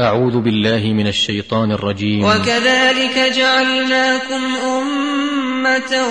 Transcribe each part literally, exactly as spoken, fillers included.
أعوذ بالله من الشيطان الرجيم. وكذلك جعلناكم أمة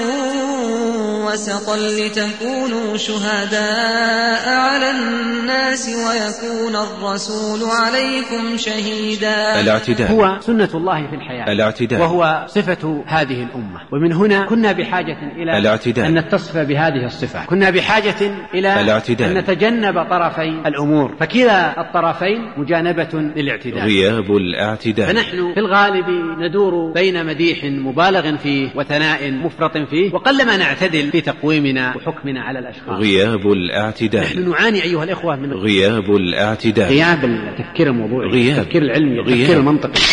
وسطا لتكونوا شهداء على الناس ويكون الرسول عليكم شهيدا. الاعتدال هو سنة الله في الحياة، الاعتدال وهو صفة هذه الأمة، ومن هنا كنا بحاجة إلى الاعتدال، أن نتصف بهذه الصفة. كنا بحاجة إلى الاعتدال، أن نتجنب طرفي الأمور، فكلا الطرفين مجانبة للاعتدال، غياب الاعتدال. فنحن في الغالب ندور بين مديح مبالغ فيه وثناء مفرط فيه، وقلما نعتدل في تقويمنا وحكمنا على الأشخاص. غياب الاعتدال. نحن نعاني أيها الإخوة من غياب الاعتدال، غياب التفكير الموضوعي، التفكير العلمي، التفكير المنطقي.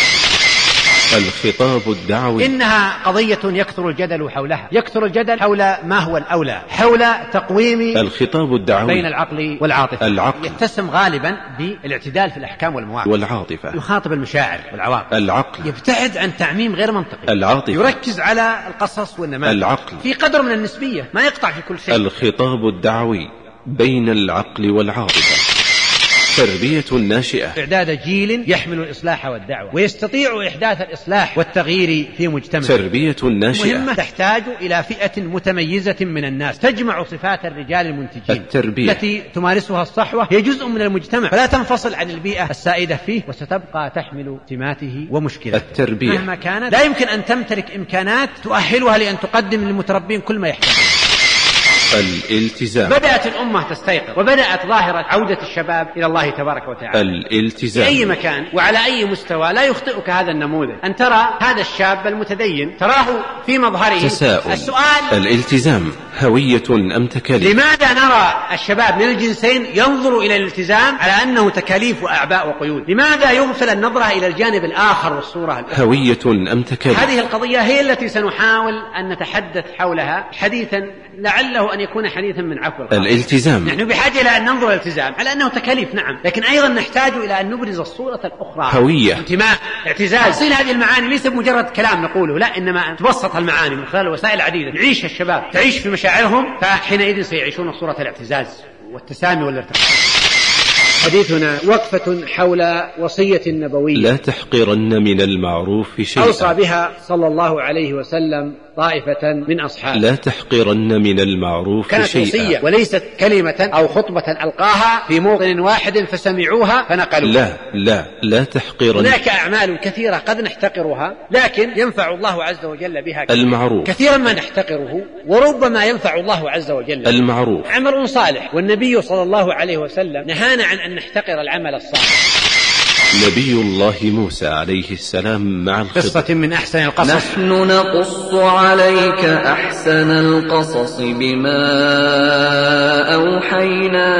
الخطاب الدعوي إنها قضية يكثر الجدل حولها، يكثر الجدل حول ما هو الأولى، حول تقويم الخطاب الدعوي بين العقل والعاطفة. العقل يتسم غالبا بالاعتدال في الأحكام والمواقف، والعاطفة يخاطب المشاعر والعواطف. العقل يبتعد عن تعميم غير منطقي، العاطفة يركز على القصص والنماذج. العقل في قدر من النسبية، ما يقطع في كل شيء. الخطاب الدعوي بين العقل والعاطفة. تربية الناشئة، إعداد جيل يحمل الإصلاح والدعوة ويستطيع إحداث الإصلاح والتغيير في مجتمع. تربية الناشئة مهمة تحتاج إلى فئة متميزة من الناس تجمع صفات الرجال المنتجين. التربية التي تمارسها الصحوة هي جزء من المجتمع، فلا تنفصل عن البيئة السائدة فيه وستبقى تحمل سماته ومشكلته. التربية مهما كانت لا يمكن أن تمتلك إمكانات تؤهلها لأن تقدم للمتربين كل ما يحتاج. الالتزام. بدأت الأمة تستيقظ، وبدأت ظاهرة عودة الشباب إلى الله تبارك وتعالى. الالتزام في أي مكان وعلى أي مستوى. لا يخطئك هذا النموذج أن ترى هذا الشاب المتدين تراه في مظهره تساؤل. السؤال: الالتزام هوية أم تكاليف؟ لماذا نرى الشباب من الجنسين ينظر إلى الالتزام على أنه تكاليف وأعباء وقيود؟ لماذا يغفل النظرة إلى الجانب الآخر والصورة الأخرى؟ هوية أم تكاليف؟ هذه القضية هي التي سنحاول أن نتحدث حولها حديثا لعله أن يكون حديثا من عفو القلب. الالتزام نحن بحاجة إلى أن ننظر الالتزام على أنه تكاليف، نعم، لكن أيضا نحتاج إلى أن نبرز الصورة الأخرى. هوية، انتماء، اعتزاز. أصيل هذه المعاني ليس مجرد كلام نقوله، لا، إنما تبسط المعاني من خلال وسائل عديدة يعيش الشباب، تعيش في مشاعرهم، فحينئذ سيعيشون صورة الاعتزاز والتسامي والارتقاء. حديثنا وقفة حول وصية النبوية: لا تحقرن من المعروف شيئا. أوصى بها صلى الله عليه وسلم طائفة من أصحابه. لا تحقرن من المعروف كانت شيئا. كانت وصية وليست كلمة أو خطبة ألقاها في موطن واحد فسمعوها فنقلوا. لا لا لا تحقرن. هناك أعمال كثيرة قد نحتقرها لكن ينفع الله عز وجل بها كثير. المعروف كثيرا ما نحتقره وربما ينفع الله عز وجل. المعروف عمل صالح، والنبي صلى الله عليه وسلم نهانا عن أن نحتقر العمل الصالح. نبي الله موسى عليه السلام مع الخضر. قصة من أحسن القصص. نحن نقص عليك أحسن القصص بما أوحينا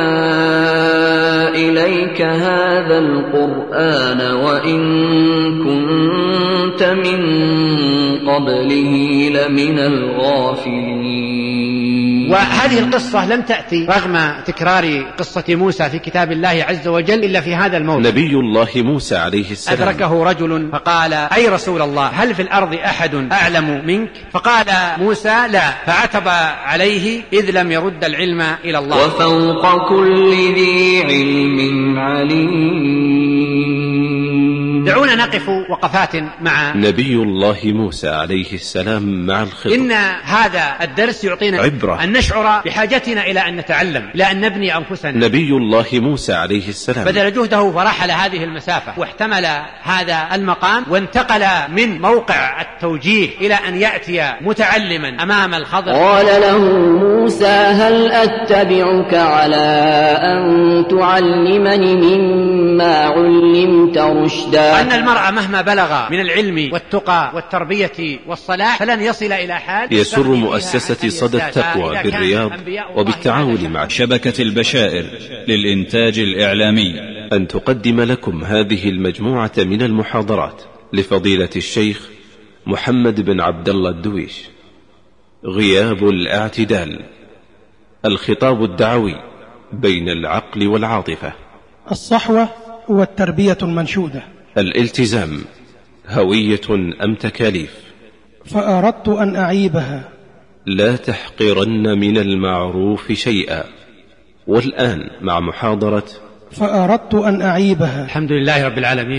إليك هذا القرآن وإن كنت من قبله لمن الغافلين. وهذه القصة لم تأتي رغم تكرار قصة موسى في كتاب الله عز وجل إلا في هذا الموضع. نبي الله موسى عليه السلام أدركه رجل فقال: أي رسول الله، هل في الأرض أحد أعلم منك؟ فقال موسى: لا. فعتب عليه إذ لم يرد العلم إلى الله. وفوق كل ذي علم عليم. دعونا نقف وقفات مع نبي الله موسى عليه السلام مع الخضر. إن هذا الدرس يعطينا عبرة أن نشعر بحاجتنا إلى أن نتعلم، إلى أن نبني أنفسنا. نبي الله موسى عليه السلام بذل جهده فرحل هذه المسافة واحتمل هذا المقام وانتقل من موقع التوجيه إلى أن يأتي متعلما أمام الخضر. قال له موسى: هل أتبعك على أن تعلمني مما علمت رشدا؟ أن المرء مهما بلغ من العلم والتقى والتربية والصلاح فلن يصل إلى حال. يسر مؤسسة صدى التقوى بالرياض وبالتعاون مع شبكة البشائر للإنتاج الإعلامي أن تقدم لكم هذه المجموعة من المحاضرات لفضيلة الشيخ محمد بن عبد الله الدويش. غياب الاعتدال، الخطاب الدعوي بين العقل والعاطفة. الصحوة والتربية المنشودة. الالتزام، هوية أم تكاليف؟ فأردت أن أعيبها. لا تحقرن من المعروف شيئا. والآن مع محاضرة فأردت أن أعيبها. الحمد لله رب العالمين،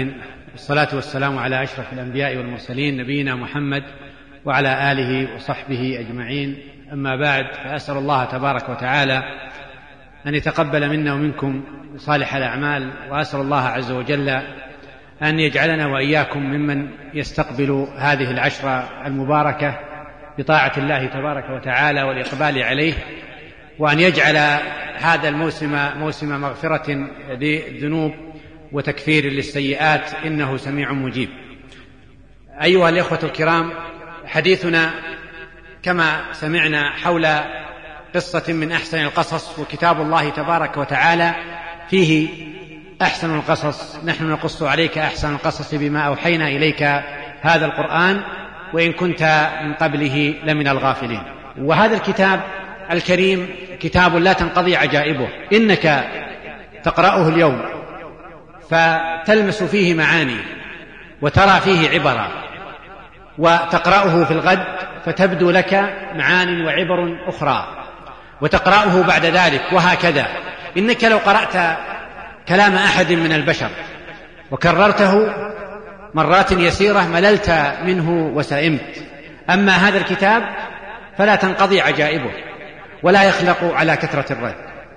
والصلاة والسلام على أشرف الأنبياء والمرسلين نبينا محمد وعلى آله وصحبه أجمعين. أما بعد، فأسأل الله تبارك وتعالى أن يتقبل منا ومنكم صالح الأعمال، وأسأل الله عز وجل أن يجعلنا وإياكم ممن يستقبل هذه العشرة المباركة بطاعة الله تبارك وتعالى والإقبال عليه، وأن يجعل هذا الموسم موسم مغفرة للذنوب وتكفير للسيئات، إنه سميع مجيب. أيها الإخوة الكرام، حديثنا كما سمعنا حول قصة من أحسن القصص، وكتاب الله تبارك وتعالى فيه أحسن القصص. نحن نقص عليك أحسن القصص بما أوحينا إليك هذا القرآن وإن كنت من قبله لمن الغافلين. وهذا الكتاب الكريم كتاب لا تنقضي عجائبه، إنك تقرأه اليوم فتلمس فيه معاني وترى فيه عبرا، وتقرأه في الغد فتبدو لك معان وعبر أخرى، وتقرأه بعد ذلك، وهكذا. إنك لو قرأت كلام أحد من البشر وكررته مرات يسيرة مللت منه وسئمت، أما هذا الكتاب فلا تنقضي عجائبه ولا يخلق على كثرة الرد.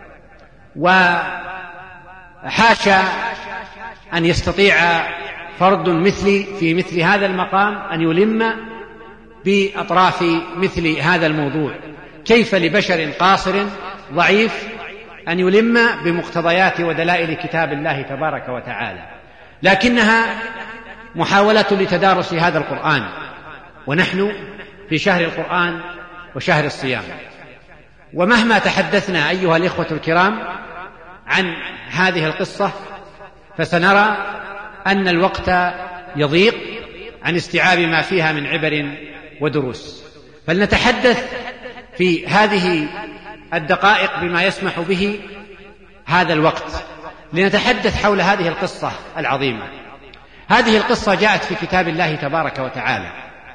وحاشا أن يستطيع فرد مثلي في مثل هذا المقام أن يلم بأطراف مثل هذا الموضوع. كيف لبشر قاصر ضعيف أن يلم بمقتضيات ودلائل كتاب الله تبارك وتعالى؟ لكنها محاولة لتدارس هذا القرآن، ونحن في شهر القرآن وشهر الصيام. ومهما تحدثنا أيها الإخوة الكرام عن هذه القصة فسنرى أن الوقت يضيق عن استيعاب ما فيها من عبر ودروس، فلنتحدث في هذه الدقائق بما يسمح به هذا الوقت لنتحدث حول هذه القصة العظيمة. هذه القصة جاءت في كتاب الله تبارك وتعالى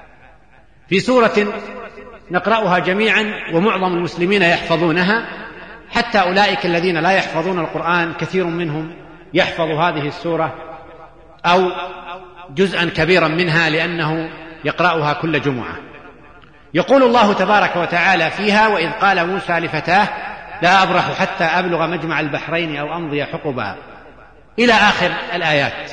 في سورة نقرأها جميعا، ومعظم المسلمين يحفظونها، حتى أولئك الذين لا يحفظون القرآن كثير منهم يحفظ هذه السورة أو جزءا كبيرا منها لأنه يقرأها كل جمعة. يقول الله تبارك وتعالى فيها: وإذ قال موسى لفتاه لا أبرح حتى أبلغ مجمع البحرين أو أمضي حقبا، إلى آخر الآيات.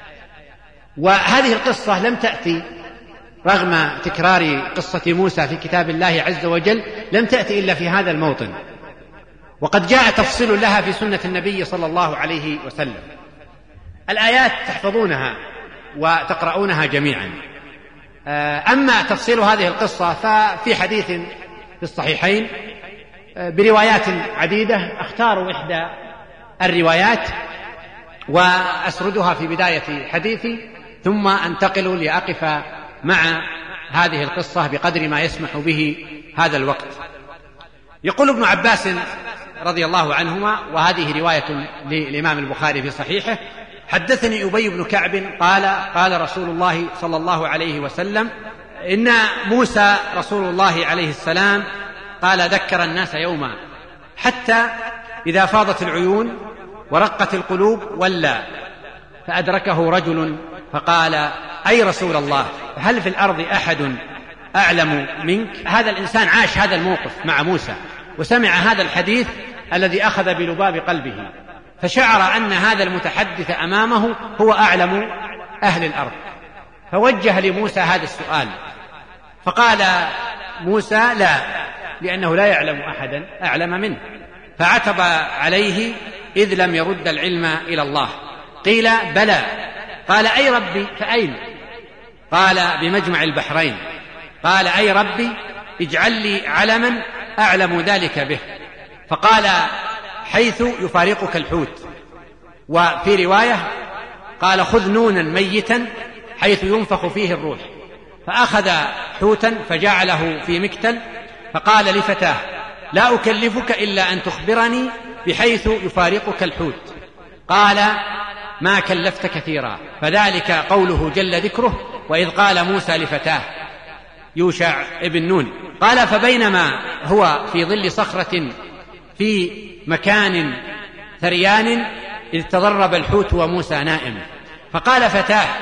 وهذه القصة لم تأتي رغم تكرار قصة موسى في كتاب الله عز وجل، لم تأتي إلا في هذا الموطن، وقد جاء تفصيل لها في سنة النبي صلى الله عليه وسلم. الآيات تحفظونها وتقرؤونها جميعا. أما تفصيل هذه القصة ففي حديث في الصحيحين بروايات عديدة، أختار إحدى الروايات وأسردها في بداية حديثي، ثم أنتقل لأقف مع هذه القصة بقدر ما يسمح به هذا الوقت. يقول ابن عباس رضي الله عنهما، وهذه رواية للإمام البخاري في صحيحه: حدثني أبي بن كعب قال قال رسول الله صلى الله عليه وسلم: إن موسى رسول الله عليه السلام قال ذكر الناس يوما حتى إذا فاضت العيون ورقت القلوب ولى، فأدركه رجل فقال: أي رسول الله، هل في الأرض أحد أعلم منك؟ هذا الإنسان عاش هذا الموقف مع موسى وسمع هذا الحديث الذي أخذ بلباب قلبه، فشعر أن هذا المتحدث أمامه هو أعلم أهل الأرض، فوجه لموسى هذا السؤال، فقال موسى: لا، لأنه لا يعلم أحدا أعلم منه. فعتب عليه إذ لم يرد العلم إلى الله. قيل: بلى. قال: أي ربي، فأين؟ قال: بمجمع البحرين. قال: أي ربي، اجعل لي علما أعلم ذلك به. فقال: حيث يفارقك الحوت. وفي رواية قال: خذ نونا ميتا حيث ينفخ فيه الروح. فأخذ حوتا فجعله في مكتل، فقال لفتاه: لا أكلفك إلا أن تخبرني بحيث يفارقك الحوت. قال: ما كلفت كثيرا، فذلك قوله جل ذكره: وإذ قال موسى لفتاه يوشع ابن نون. قال: فبينما هو في ظل صخرة في مكان ثريان إذ تضرب الحوت وموسى نائم، فقال فتاه: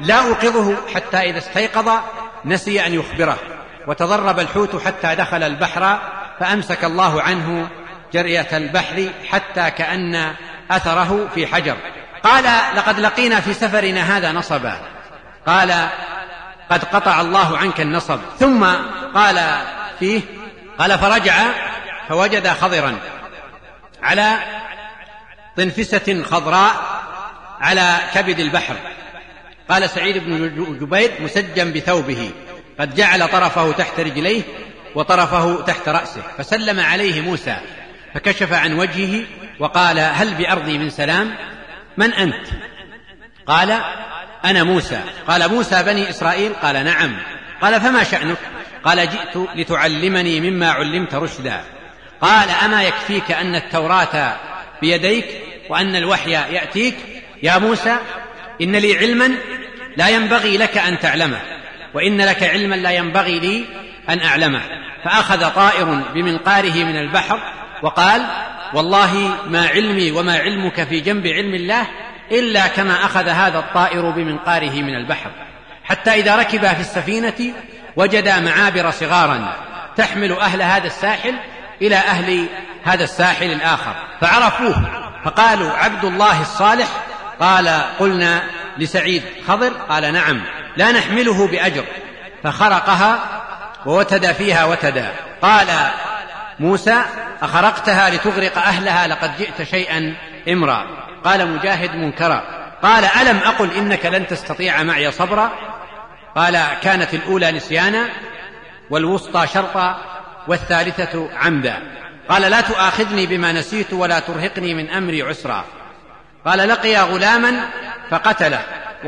لا أوقظه حتى إذا استيقظ نسي أن يخبره، وتضرب الحوت حتى دخل البحر فأمسك الله عنه جرية البحر حتى كأن أثره في حجر. قال لقد لقينا في سفرنا هذا نصبا، قال قد قطع الله عنك النصب. ثم قال فيه قال فرجع فوجد خضرا على طنفسة خضراء على كبد البحر. قال سعيد بن جبير مسجا بثوبه قد جعل طرفه تحت رجليه وطرفه تحت رأسه، فسلم عليه موسى فكشف عن وجهه وقال هل بأرضي من سلام؟ من أنت؟ قال أنا موسى. قال موسى بني إسرائيل؟ قال نعم. قال فما شأنك؟ قال جئت لتعلمني مما علمت رشدا. قال أما يكفيك أن التوراة بيديك وأن الوحي يأتيك؟ يا موسى إن لي علما لا ينبغي لك أن تعلمه، وإن لك علما لا ينبغي لي أن أعلمه. فأخذ طائر بمنقاره من البحر وقال والله ما علمي وما علمك في جنب علم الله إلا كما أخذ هذا الطائر بمنقاره من البحر، حتى إذا ركبا في السفينة وجدا معابر صغارا تحمل أهل هذا الساحل إلى أهل هذا الساحل الآخر، فعرفوه فقالوا عبد الله الصالح. قال قلنا لسعيد خضر؟ قال نعم. لا نحمله بأجر. فخرقها ووتد فيها وتدا. قال موسى أخرقتها لتغرق أهلها لقد جئت شيئا إمرا. قال مجاهد منكرا. قال ألم أقل إنك لن تستطيع معي صبرا؟ قال كانت الأولى نسيانا والوسطى شرطا والثالثة عمدا. قال لا تؤاخذني بما نسيت ولا ترهقني من أمري عسرا. قال لقي غلاما فقتله.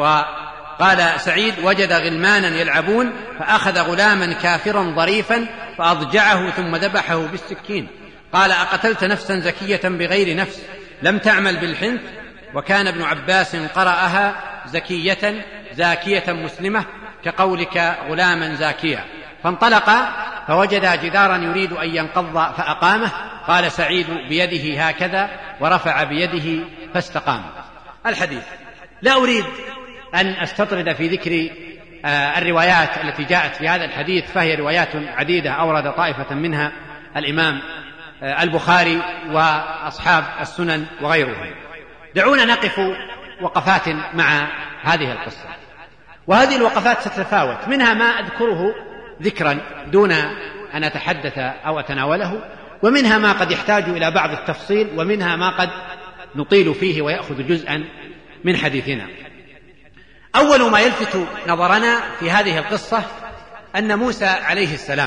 وقال سعيد وجد غلمانا يلعبون فأخذ غلاما كافرا ظريفا فأضجعه ثم ذبحه بالسكين. قال أقتلت نفسا زكية بغير نفس لم تعمل بالحنث؟ وكان ابن عباس قرأها زكية زاكية مسلمة كقولك غلاما زاكيا. فانطلق فوجد جدارا يريد أن ينقض فأقامه. قال سعيد بيده هكذا ورفع بيده فاستقام. الحديث لا أريد أن أستطرد في ذكر الروايات التي جاءت في هذا الحديث، فهي روايات عديدة أورد طائفة منها الإمام البخاري وأصحاب السنن وغيرهم. دعونا نقف وقفات مع هذه القصة، وهذه الوقفات ستتفاوت، منها ما أذكره ذكرا دون أن أتحدث أو أتناوله، ومنها ما قد يحتاج إلى بعض التفصيل، ومنها ما قد نطيل فيه ويأخذ جزءا من حديثنا. أول ما يلفت نظرنا في هذه القصة أن موسى عليه السلام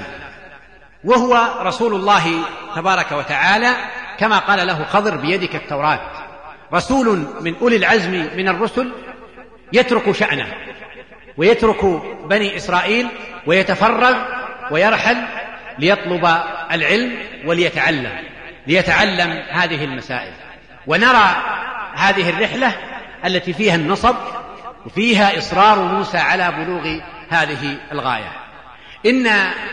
وهو رسول الله تبارك وتعالى كما قال له خضر بيدك التوراة، رسول من أولي العزم من الرسل، يترك شأنه ويترك بني إسرائيل ويتفرغ ويرحل ليطلب العلم وليتعلم ليتعلم هذه المسائل. ونرى هذه الرحلة التي فيها النصب وفيها إصرار موسى على بلوغ هذه الغاية. إن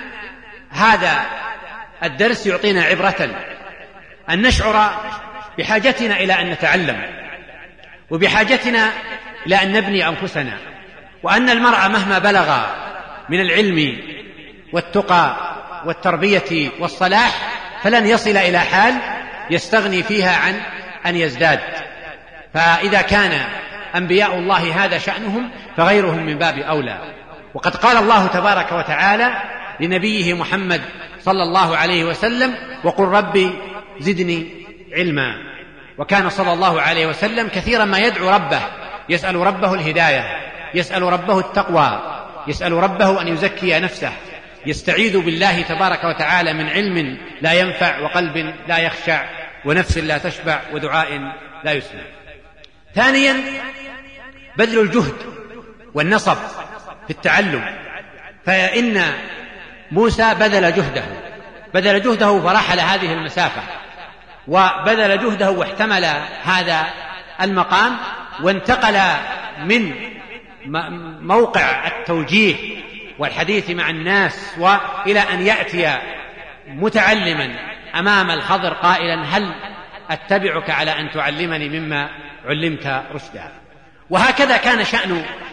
هذا الدرس يعطينا عبرة أن نشعر بحاجتنا إلى أن نتعلم، وبحاجتنا إلى أن نبني أنفسنا، وأن المرء مهما بلغ من العلم والتقى والتربية والصلاح فلن يصل إلى حال يستغني فيها عن أن يزداد. فإذا كان أنبياء الله هذا شأنهم فغيرهم من باب أولى. وقد قال الله تبارك وتعالى لنبيه محمد صلى الله عليه وسلم وقل ربي زدني علما. وكان صلى الله عليه وسلم كثيرا ما يدعو ربه، يسأل ربه الهداية، يسأل ربه التقوى، يسأل ربه أن يزكي نفسه، يستعيذ بالله تبارك وتعالى من علم لا ينفع وقلب لا يخشع ونفس لا تشبع ودعاء لا يسمع. ثانيا بذل الجهد والنصب في التعلم، فإن موسى بذل جهده بذل جهده فرحل هذه المسافة، وبذل جهده واحتمل هذا المقام، وانتقل من موقع التوجيه والحديث مع الناس وإلى أن يأتي متعلما أمام الخضر قائلا هل أتبعك على أن تعلمني مما علمت رشدا. وهكذا كان شأن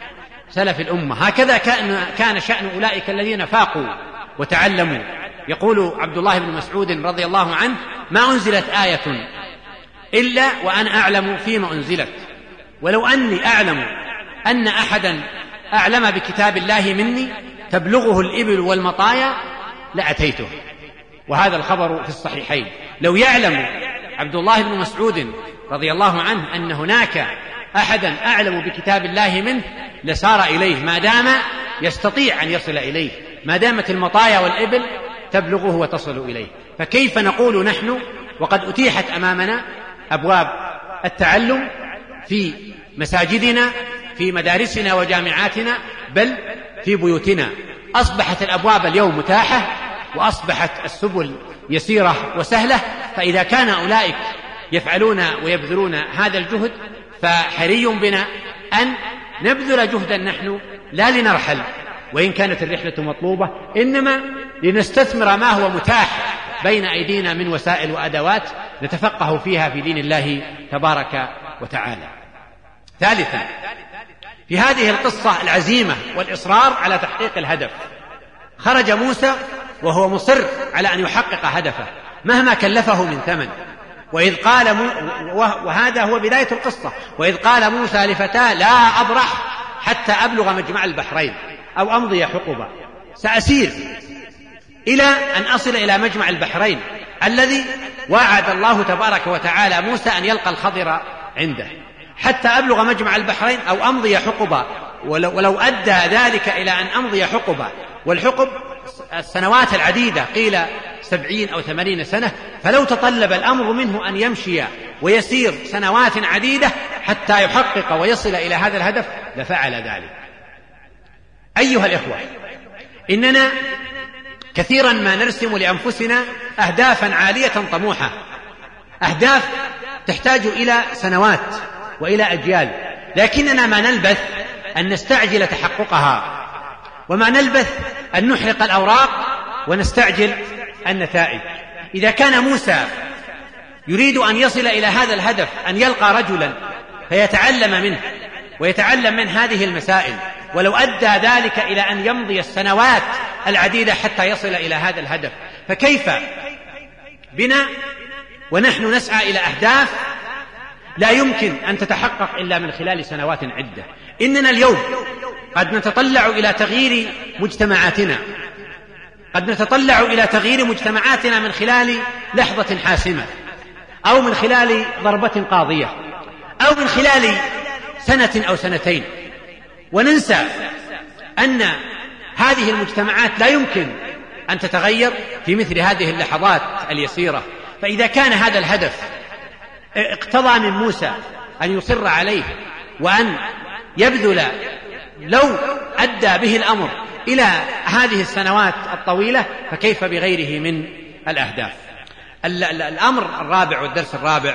سلف الأمة. هكذا كان, كان شأن أولئك الذين فاقوا وتعلموا. يقول عبد الله بن مسعود رضي الله عنه: ما أنزلت آية إلا وأنا أعلم فيما أنزلت، ولو أني أعلم أن أحدا أعلم بكتاب الله مني تبلغه الإبل والمطايا لأتيته. وهذا الخبر في الصحيحين. لو يعلم عبد الله بن مسعود رضي الله عنه أن هناك أحدا أعلم بكتاب الله منه لسار إليه، ما دام يستطيع أن يصل إليه، ما دامت المطايا والإبل تبلغه وتصل إليه. فكيف نقول نحن وقد أتيحت أمامنا أبواب التعلم في مساجدنا، في مدارسنا وجامعاتنا، بل في بيوتنا؟ أصبحت الأبواب اليوم متاحة، وأصبحت السبل يسيرة وسهلة. فإذا كان أولئك يفعلون ويبذلون هذا الجهد، فحري بنا أن نبذل جهدا نحن، لا لنرحل وإن كانت الرحلة مطلوبة، إنما لنستثمر ما هو متاح بين أيدينا من وسائل وأدوات نتفقه فيها في دين الله تبارك وتعالى. ثالثا، في هذه القصة العزيمة والإصرار على تحقيق الهدف. خرج موسى وهو مصر على أن يحقق هدفه مهما كلفه من ثمن. وإذ قال مو... وهذا هو بداية القصة. وإذ قال موسى لفتاه: لا أبرح حتى أبلغ مجمع البحرين أو أمضي حقبا. سأسير إلى أن أصل إلى مجمع البحرين الذي وعد الله تبارك وتعالى موسى أن يلقى الخضر عنده، حتى أبلغ مجمع البحرين أو أمضي حقبا. ولو, ولو أدى ذلك إلى أن أمضي حقبا، والحقب السنوات العديدة، قيل سبعين أو ثمانين سنة، فلو تطلب الأمر منه أن يمشي ويسير سنوات عديدة حتى يحقق ويصل إلى هذا الهدف لفعل ذلك. أيها الإخوة، إننا كثيرا ما نرسم لأنفسنا أهدافا عالية طموحة، أهداف تحتاج إلى سنوات وإلى أجيال، لكننا ما نلبث أن نستعجل تحققها، وما نلبث أن نحرق الأوراق ونستعجل النتائج. إذا كان موسى يريد أن يصل إلى هذا الهدف، أن يلقى رجلا فيتعلم منه ويتعلم من هذه المسائل، ولو أدى ذلك إلى أن يمضي السنوات العديدة حتى يصل إلى هذا الهدف، فكيف بنا ونحن نسعى إلى أهداف لا يمكن أن تتحقق إلا من خلال سنوات عدة؟ إننا اليوم قد نتطلع إلى تغيير مجتمعاتنا، قد نتطلع إلى تغيير مجتمعاتنا من خلال لحظة حاسمة، أو من خلال ضربة قاضية، أو من خلال سنة أو سنتين، وننسى أن هذه المجتمعات لا يمكن أن تتغير في مثل هذه اللحظات اليسيرة. فإذا كان هذا الهدف اقتضى من موسى أن يصر عليه وأن يبذل، لو أدى به الأمر إلى هذه السنوات الطويلة، فكيف بغيره من الأهداف؟ الأمر الرابع والدرس الرابع،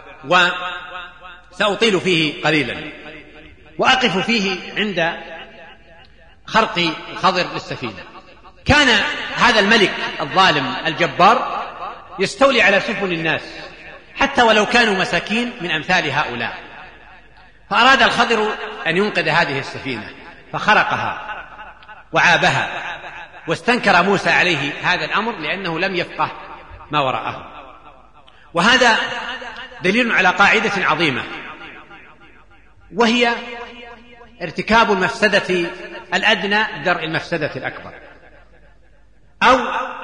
وسأطيل فيه قليلا وأقف فيه عند خرق الخضر للسفينة. كان هذا الملك الظالم الجبار يستولي على سفن الناس حتى ولو كانوا مساكين من أمثال هؤلاء، فأراد الخضر أن ينقذ هذه السفينة فخرقها وعابها، واستنكر موسى عليه هذا الأمر لأنه لم يفقه ما وراءه. وهذا دليل على قاعدة عظيمة، وهي ارتكاب المفسدة الأدنى درء المفسدة الأكبر، أو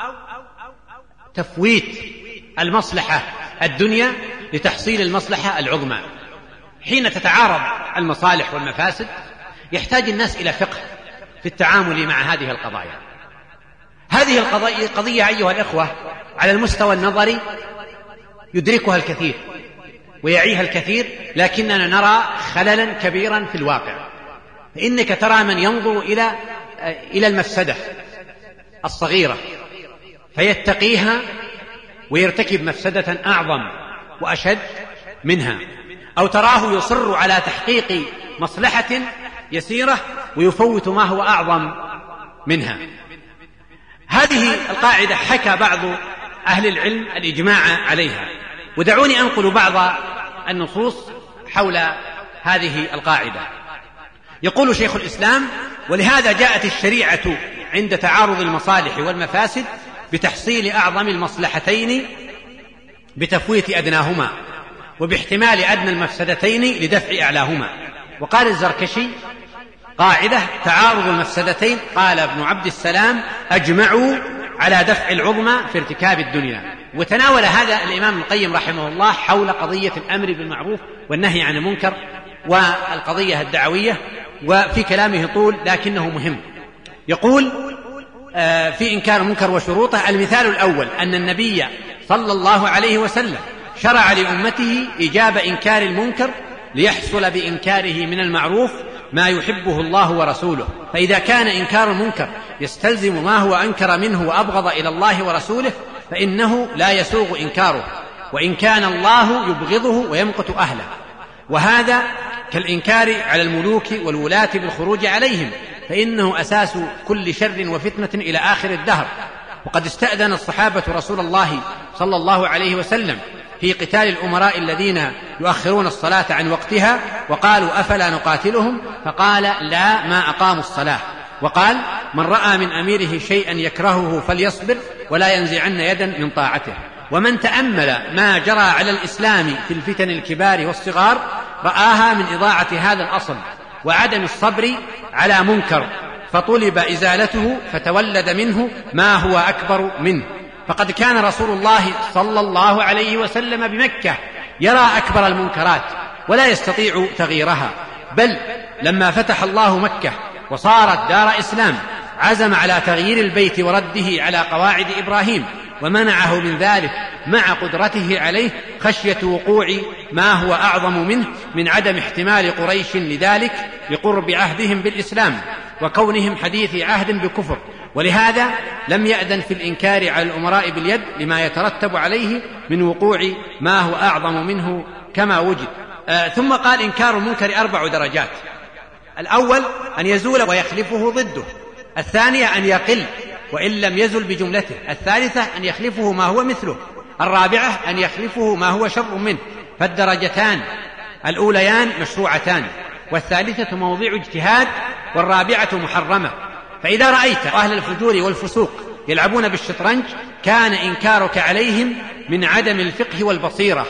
تفويت المصلحة الدنيا لتحصيل المصلحة العظمى. حين تتعارض المصالح والمفاسد يحتاج الناس إلى فقه في التعامل مع هذه القضايا. هذه القضية أيها الإخوة على المستوى النظري يدركها الكثير ويعيها الكثير، لكننا نرى خللا كبيرا في الواقع. فإنك ترى من ينظر إلى إلى المفسدة الصغيرة فيتقيها ويرتكب مفسدة أعظم وأشد منها، أو تراه يصر على تحقيق مصلحة يسيرة ويفوت ما هو أعظم منها. هذه القاعدة حكى بعض أهل العلم الإجماع عليها، ودعوني أنقل بعض النصوص حول هذه القاعدة. يقول شيخ الإسلام: ولهذا جاءت الشريعة عند تعارض المصالح والمفاسد بتحصيل أعظم المصلحتين بتفويت أدناهما، وباحتمال أدنى المفسدتين لدفع أعلاهما. وقال الزركشي: قاعدة تعارض المفسدتين، قال ابن عبد السلام: أجمعوا على دفع العظمى في ارتكاب الدنيا. وتناول هذا الإمام ابن القيم رحمه الله حول قضية الأمر بالمعروف والنهي عن المنكر والقضية الدعوية، وفي كلامه طول لكنه مهم. يقول في إنكار المنكر وشروطه: المثال الأول أن النبي صلى الله عليه وسلم شرع لأمته إيجاب إنكار المنكر ليحصل بإنكاره من المعروف ما يحبه الله ورسوله، فإذا كان إنكار المنكر يستلزم ما هو أنكر منه وأبغض إلى الله ورسوله فإنه لا يسوغ إنكاره، وإن كان الله يبغضه ويمقت أهله. وهذا كالإنكار على الملوك والولاة بالخروج عليهم، فإنه أساس كل شر وفتنة إلى آخر الدهر. وقد استأذن الصحابة رسول الله صلى الله عليه وسلم في قتال الأمراء الذين يؤخرون الصلاة عن وقتها، وقالوا: أفلا نقاتلهم؟ فقال: لا، ما أقاموا الصلاة. وقال: من رأى من أميره شيئا يكرهه فليصبر ولا ينزعن يدا من طاعته. ومن تأمل ما جرى على الإسلام في الفتن الكبار والصغار رآها من إضاعة هذا الأصل وعدم الصبر على منكر، فطلب إزالته فتولد منه ما هو أكبر منه. فقد كان رسول الله صلى الله عليه وسلم بمكة يرى أكبر المنكرات ولا يستطيع تغييرها، بل لما فتح الله مكة وصارت دار إسلام عزم على تغيير البيت ورده على قواعد إبراهيم، ومنعه من ذلك مع قدرته عليه خشية وقوع ما هو أعظم منه من عدم احتمال قريش لذلك لقرب عهدهم بالإسلام وكونهم حديث عهد بكفر. ولهذا لم يأذن في الإنكار على الأمراء باليد لما يترتب عليه من وقوع ما هو أعظم منه كما وجد. آه ثم قال: إنكار المنكر أربع درجات: الأول أن يزول ويخلفه ضده، الثانية أن يقل وإن لم يزل بجملته، الثالثة أن يخلفه ما هو مثله، الرابعة أن يخلفه ما هو شر منه. فالدرجتان الأوليان مشروعتان، والثالثة موضع اجتهاد، والرابعة محرمة. فإذا رأيت أهل الفجور والفسوق يلعبون بالشطرنج كان إنكارك عليهم من عدم الفقه والبصيرة،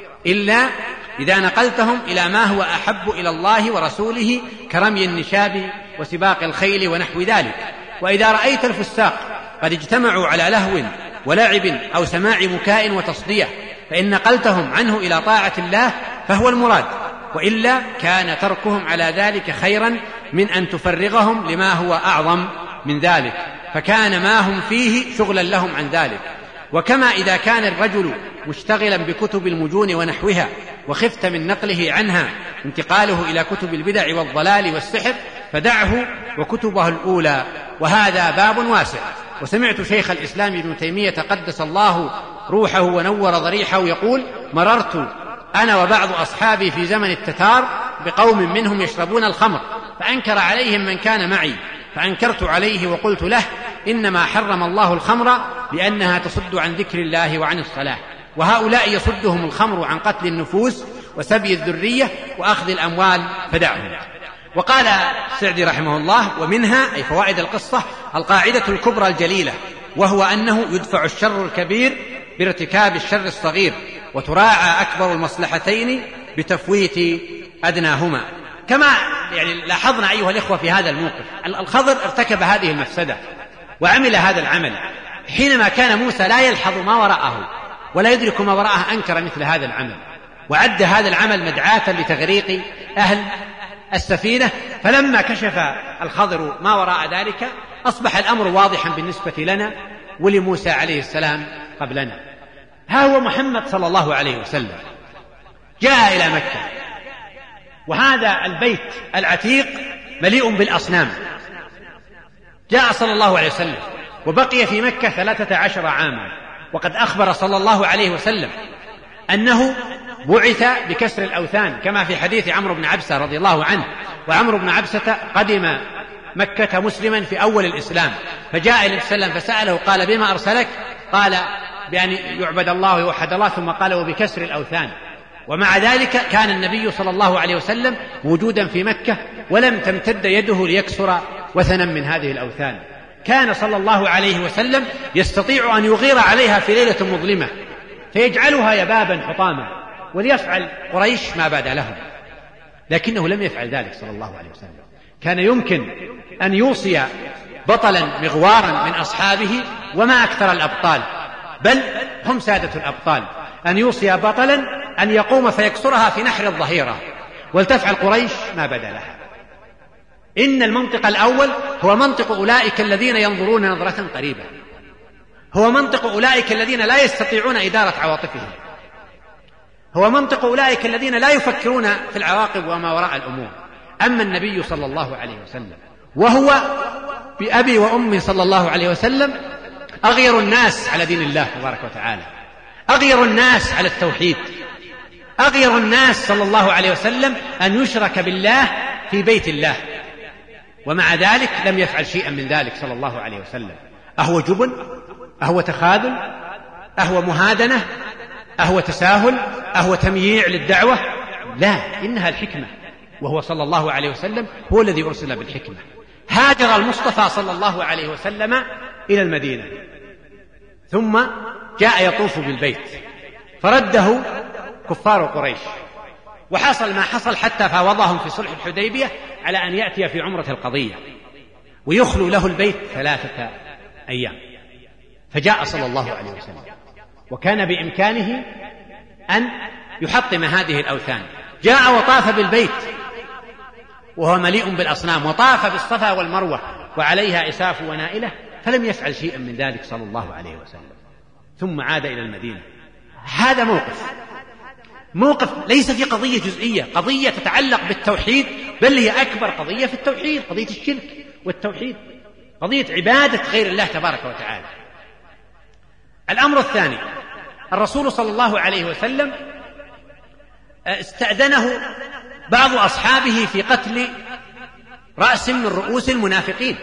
إلا إذا نقلتهم إلى ما هو أحب إلى الله ورسوله كرمي النشاب وسباق الخيل ونحو ذلك. وإذا رأيت الفساق قد اجتمعوا على لهو ولعب أو سماع مكاء وتصدية فإن نقلتهم عنه إلى طاعة الله فهو المراد، وإلا كان تركهم على ذلك خيرا من أن تفرغهم لما هو أعظم من ذلك، فكان ما هم فيه شغلا لهم عن ذلك. وكما إذا كان الرجل مشتغلا بكتب المجون ونحوها وخفت من نقله عنها انتقاله إلى كتب البدع والضلال والسحر فدعه وكتبه الأولى، وهذا باب واسع. وسمعت شيخ الإسلام ابن تيمية قدس الله روحه ونور ضريحه يقول: مررت أنا وبعض أصحابي في زمن التتار بقوم منهم يشربون الخمر، فأنكر عليهم من كان معي، فأنكرت عليه وقلت له: إنما حرم الله الخمر لأنها تصد عن ذكر الله وعن الصلاة، وهؤلاء يصدهم الخمر عن قتل النفوس وسبي الذرية وأخذ الأموال فدعهم. وقال السعدي رحمه الله: ومنها أي فوائد القصة القاعدة الكبرى الجليلة، وهو أنه يدفع الشر الكبير بارتكاب الشر الصغير، وتراعى أكبر المصلحتين بتفويت أدناهما. كما يعني لاحظنا أيها الإخوة في هذا الموقف، الخضر ارتكب هذه المفسدة وعمل هذا العمل حينما كان موسى لا يلحظ ما وراءه ولا يدرك ما وراءه، أنكر مثل هذا العمل وعد هذا العمل مدعاة لتغريق أهل السفينة. فلما كشف الخضر ما وراء ذلك أصبح الأمر واضحا بالنسبة لنا ولموسى عليه السلام قبلنا. ها هو محمد صلى الله عليه وسلم جاء إلى مكة، وهذا البيت العتيق مليء بالأصنام. جاء صلى الله عليه وسلم وبقي في مكة ثلاثة عشر عاما، وقد أخبر صلى الله عليه وسلم أنه بعث بكسر الأوثان كما في حديث عمرو بن عبسة رضي الله عنه. وعمرو بن عبسة قدم مكة مسلما في أول الإسلام، فجاء إلى السلام فسأله قال: بما أرسلك؟ قال: بأن يعبد الله ويوحد الله، ثم قال: وبكسر الأوثان. ومع ذلك كان النبي صلى الله عليه وسلم موجودا في مكة ولم تمتد يده ليكسر وثنا من هذه الأوثان. كان صلى الله عليه وسلم يستطيع أن يغير عليها في ليلة مظلمة فيجعلها يبابا حطاما وليفعل قريش ما بدا لهم، لكنه لم يفعل ذلك صلى الله عليه وسلم. كان يمكن أن يوصي بطلا مغوارا من أصحابه، وما أكثر الأبطال بل هم سادة الأبطال، أن يوصي بطلا أن يقوم فيكسرها في نحر الظهيرة ولتفعل قريش ما بدا لها. إن المنطق الأول هو منطق أولئك الذين ينظرون نظرة قريبة، هو منطق أولئك الذين لا يستطيعون إدارة عواطفهم، هو منطق أولئك الذين لا يفكرون في العواقب وما وراء الأمور. أما النبي صلى الله عليه وسلم وهو بأبي وأمي صلى الله عليه وسلم أغير الناس على دين الله تبارك وتعالى، أغير الناس على التوحيد، أغير الناس صلى الله عليه وسلم أن يشرك بالله في بيت الله، ومع ذلك لم يفعل شيئا من ذلك صلى الله عليه وسلم. أهو جبن؟ أهو تخاذل؟ أهو مهادنة؟ أهو تساهل؟ أهو تمييع للدعوة؟ لا، إنها الحكمة، وهو صلى الله عليه وسلم هو الذي أرسل بالحكمة. هاجر المصطفى صلى الله عليه وسلم إلى المدينة، ثم جاء يطوف بالبيت فرده كفار قريش، وحصل ما حصل حتى فاوضهم في صلح الحديبية على أن يأتي في عمرة القضية ويخلو له البيت ثلاثة أيام. فجاء صلى الله عليه وسلم وكان بإمكانه أن يحطم هذه الأوثان، جاء وطاف بالبيت وهو مليء بالأصنام، وطاف بالصفا والمروة وعليها إساف ونائلة، فلم يفعل شيئا من ذلك صلى الله عليه وسلم. ثم عاد إلى المدينة. هذا موقف موقف ليس في قضية جزئية، قضية تتعلق بالتوحيد، بل هي أكبر قضية في التوحيد، قضية الشرك والتوحيد، قضية عبادة غير الله تبارك وتعالى. الأمر الثاني، الرسول صلى الله عليه وسلم استأذنه بعض أصحابه في قتل رأس من رؤوس المنافقين،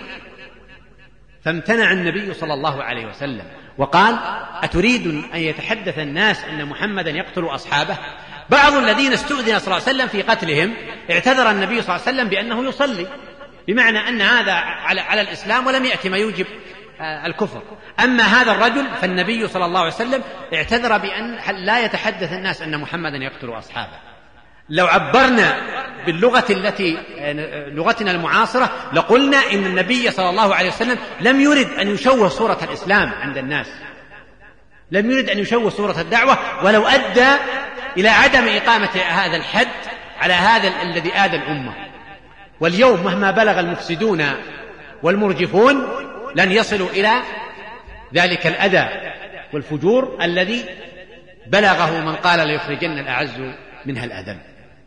فامتنع النبي صلى الله عليه وسلم وقال: أتريد أن يتحدث الناس أن محمدا يقتل أصحابه؟ بعض الذين استؤذن صلى الله عليه وسلم في قتلهم اعتذر النبي صلى الله عليه وسلم بأنه يصلي، بمعنى أن هذا على, على الإسلام ولم يأتي ما يوجب الكفر. أما هذا الرجل فالنبي صلى الله عليه وسلم اعتذر بأن لا يتحدث الناس أن محمدا يقتل أصحابه. لو عبرنا باللغة التي لغتنا المعاصرة لقلنا إن النبي صلى الله عليه وسلم لم يرد أن يشوه صورة الإسلام عند الناس، لم يرد أن يشوه صورة الدعوة، ولو أدى إلى عدم إقامة هذا الحد على هذا الذي آذى الأمة. واليوم مهما بلغ المفسدون والمرجفون لن يصلوا إلى ذلك الأذى والفجور الذي بلغه من قال ليخرجن الأعز منها الأذل.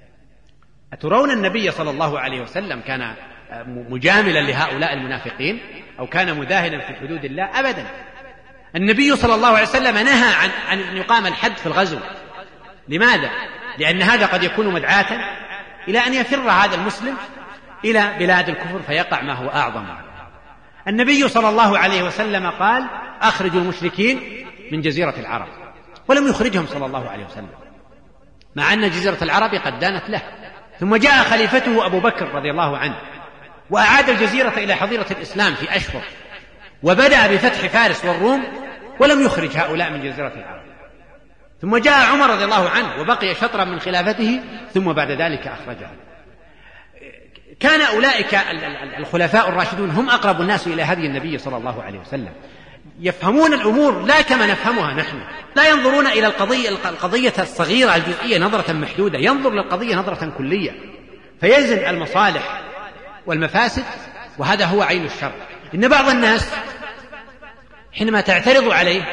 أترون النبي صلى الله عليه وسلم كان مجاملا لهؤلاء المنافقين أو كان مذاهلا في حدود الله؟ أبدا. النبي صلى الله عليه وسلم نهى عن أن يقام الحد في الغزو. لماذا؟ لأن هذا قد يكون مدعاة إلى أن يفر هذا المسلم إلى بلاد الكفر فيقع ما هو أعظم. النبي صلى الله عليه وسلم قال: أخرجوا المشركين من جزيرة العرب، ولم يخرجهم صلى الله عليه وسلم، مع أن جزيرة العرب قد دانت له. ثم جاء خليفته أبو بكر رضي الله عنه وأعاد الجزيرة إلى حظيرة الإسلام في أشهر، وبدأ بفتح فارس والروم ولم يخرج هؤلاء من جزيرة العرب. ثم جاء عمر رضي الله عنه وبقي شطرا من خلافته، ثم بعد ذلك أخرجهم. كان أولئك الخلفاء الراشدون هم أقرب الناس إلى هدي النبي صلى الله عليه وسلم، يفهمون الأمور لا كما نفهمها نحن، لا ينظرون إلى القضية, القضية الصغيرة الجزئية نظرة محدودة، ينظر للقضية نظرة كلية فيزن المصالح والمفاسد، وهذا هو عين الشر. إن بعض الناس حينما تعترض عليه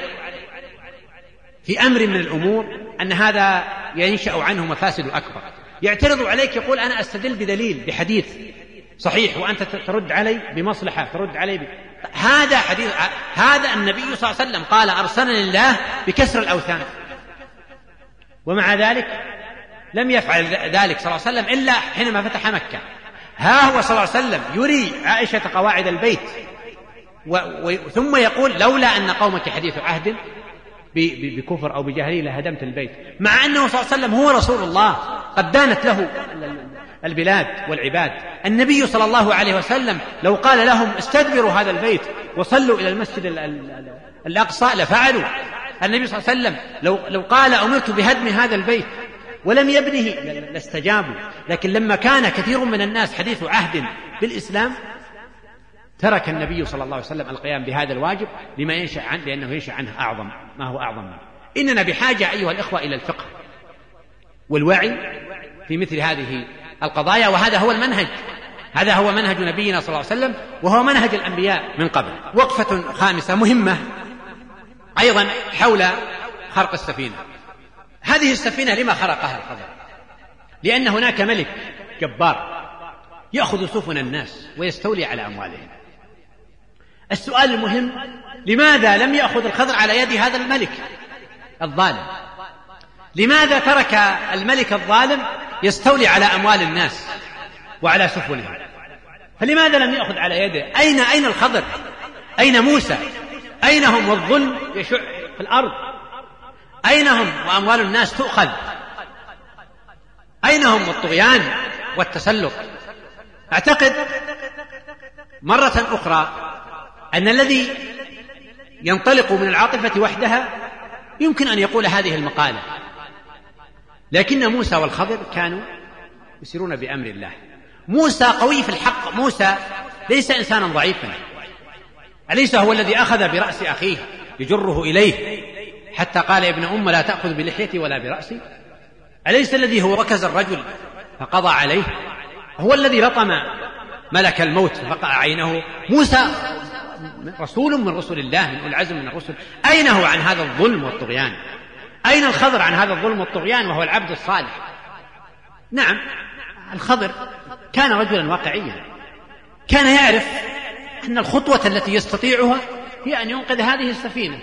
في أمر من الأمور أن هذا ينشأ عنه مفاسد أكبر، يعترض عليك يقول: أنا أستدل بدليل بحديث صحيح وأنت ترد علي بمصلحة، ترد علي ب... هذا حديث، هذا النبي صلى الله عليه وسلم قال: أرسلني الله بكسر الأوثان، ومع ذلك لم يفعل ذلك صلى الله عليه وسلم إلا حينما فتح مكة. ها هو صلى الله عليه وسلم يري عائشة قواعد البيت و... و... ثم يقول: لولا أن قومك حديث عهد بكفر أو بجاهلية لهدمت البيت، مع أنه صلى الله عليه وسلم هو رسول الله قد دانت له البلاد والعباد. النبي صلى الله عليه وسلم لو قال لهم استدبروا هذا البيت وصلوا إلى المسجد الأقصى لفعلوا. النبي صلى الله عليه وسلم لو, لو قال أمرت بهدم هذا البيت ولم يبنه لاستجابوا. لكن لما كان كثير من الناس حديث عهد بالإسلام ترك النبي صلى الله عليه وسلم القيام بهذا الواجب لما ينشأ عنه، لأنه ينشأ عنه أعظم ما هو أعظم منه. إننا بحاجة أيها الإخوة إلى الفقه والوعي في مثل هذه القضايا، وهذا هو المنهج، هذا هو منهج نبينا صلى الله عليه وسلم، وهو منهج الأنبياء من قبل. وقفة خامسة مهمة أيضا حول خرق السفينة. هذه السفينة لما خرقها الخضر؟ لأن هناك ملك جبار يأخذ سفن الناس ويستولي على أموالهم. السؤال المهم: لماذا لم يأخذ الخضر على يد هذا الملك الظالم؟ لماذا ترك الملك الظالم يستولي على أموال الناس وعلى سفنهم؟ فلماذا لم يأخذ على يده؟ أين أين الخضر؟ أين موسى؟ أين هم والظلم يشع في الأرض؟ أين هم وأموال الناس تؤخذ؟ أين هم والطغيان والتسلط؟ أعتقد مرة أخرى أن الذي ينطلق من العاطفة وحدها يمكن أن يقول هذه المقالة، لكن موسى والخضر كانوا يسيرون بأمر الله. موسى قوي في الحق، موسى ليس إنسانا ضعيفا، أليس هو الذي أخذ برأس أخيه يجره إليه حتى قال يا ابن أم لا تأخذ بلحيتي ولا برأسي؟ أليس الذي هو ركز الرجل فقضى عليه؟ هو الذي لطم ملك الموت ففقع عينه. موسى رسول من رسل الله، من أولي العزم من الرسل. أين هو عن هذا الظلم والطغيان؟ أين الخضر عن هذا الظلم والطغيان وهو العبد الصالح؟ نعم، الخضر كان رجلا واقعيا، كان يعرف أن الخطوة التي يستطيعها هي أن ينقذ هذه السفينة،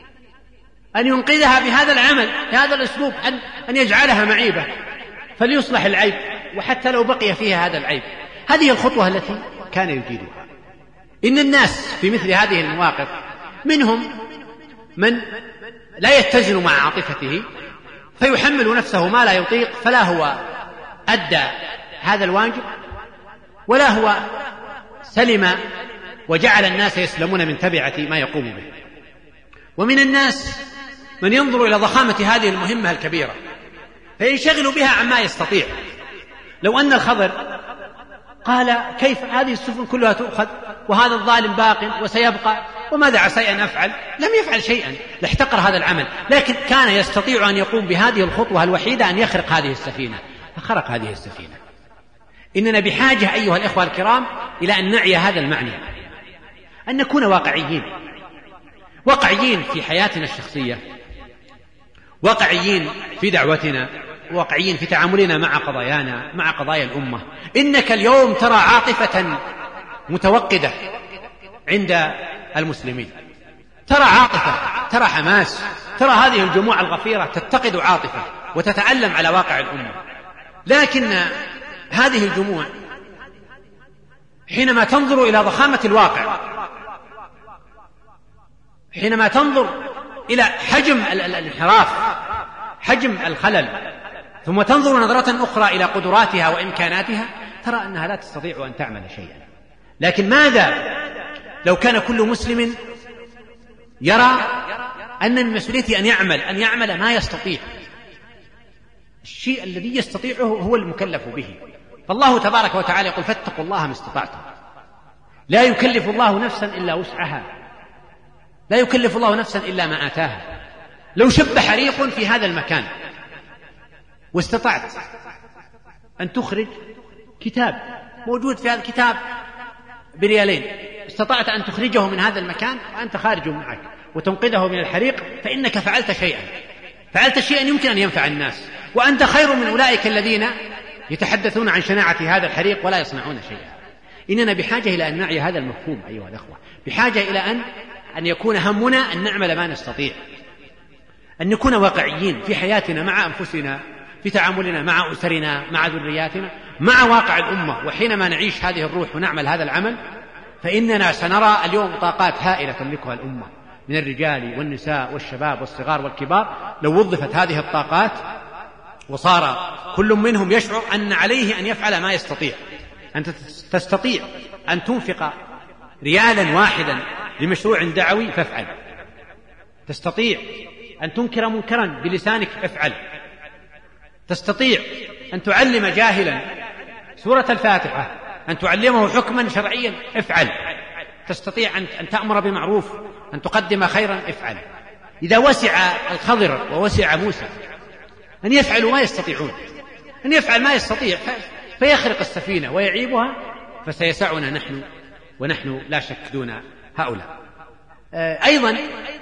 أن ينقذها بهذا العمل، بهذا الأسلوب، أن, أن يجعلها معيبة فليصلح العيب، وحتى لو بقي فيها هذا العيب. هذه الخطوة التي كان يجيدها. إن الناس في مثل هذه المواقف منهم من لا يتزن مع عاطفته فيحمل نفسه ما لا يطيق، فلا هو أدى هذا الواجب ولا هو سلم وجعل الناس يسلمون من تبعة ما يقوم به. ومن الناس من ينظر إلى ضخامة هذه المهمة الكبيرة فينشغل بها عما يستطيع. لو أن الخضر قال كيف هذه السفن كلها تؤخذ وهذا الظالم باق وسيبقى وماذا عسى أن أفعل، لم يفعل شيئا، لاحتقر هذا العمل، لكن كان يستطيع أن يقوم بهذه الخطوة الوحيدة، أن يخرق هذه السفينة، فخرق هذه السفينة. إننا بحاجة أيها الإخوة الكرام إلى أن نعي هذا المعنى، أن نكون واقعيين، واقعيين في حياتنا الشخصية، واقعيين في دعوتنا، واقعيين في تعاملنا مع قضايانا، مع قضايا الأمة. إنك اليوم ترى عاطفة متوقدة عند المسلمين، ترى عاطفة، ترى حماس، ترى هذه الجموع الغفيرة تتقد عاطفة وتتعلم على واقع الأمة. لكن هذه الجموع حينما تنظر إلى ضخامة الواقع، حينما تنظر إلى حجم الانحراف، حجم الخلل، ثم تنظر نظرة أخرى إلى قدراتها وإمكاناتها، ترى أنها لا تستطيع أن تعمل شيئا. لكن ماذا لو كان كل مسلم يرى أن من مسؤوليته أن يعمل أن يعمل ما يستطيع؟ الشيء الذي يستطيعه هو المكلف به. فالله تبارك وتعالى يقول فاتقوا الله ما استطعتم. لا يكلف الله نفسا إلا وسعها، لا يكلف الله نفسا إلا ما آتاها. لو شب حريق في هذا المكان واستطعت أن تخرج كتاب موجود في هذا الكتاب بريالين، استطعت أن تخرجه من هذا المكان وأنت خارج معك وتنقذه من الحريق، فإنك فعلت شيئا، فعلت شيئا يمكن أن ينفع الناس، وأنت خير من أولئك الذين يتحدثون عن شناعة هذا الحريق ولا يصنعون شيئا. إننا بحاجة إلى أن نعي هذا المفهوم أيها الأخوة، بحاجة إلى أن أن يكون همنا أن نعمل ما نستطيع، أن نكون واقعيين في حياتنا مع أنفسنا، في تعاملنا مع أسرنا، مع ذرياتنا، مع واقع الأمة. وحينما نعيش هذه الروح ونعمل هذا العمل فإننا سنرى اليوم طاقات هائلة تملكها الأمة، من الرجال والنساء والشباب والصغار والكبار، لو وظفت هذه الطاقات وصار كل منهم يشعر أن عليه أن يفعل ما يستطيع. أنت تستطيع أن تنفق ريالا واحدا لمشروع دعوي فافعل، تستطيع أن تنكر منكرا بلسانك افعل، تستطيع أن تعلم جاهلا سورة الفاتحة، أن تعلمه حكما شرعيا افعل، تستطيع أن تأمر بمعروف، أن تقدم خيرا افعل. إذا وسع الخضر ووسع موسى أن يفعلوا ما يستطيعون، أن يفعل ما يستطيع فيخرق السفينة ويعيبها، فسيسعنا نحن ونحن لا شك دون هؤلاء. أيضا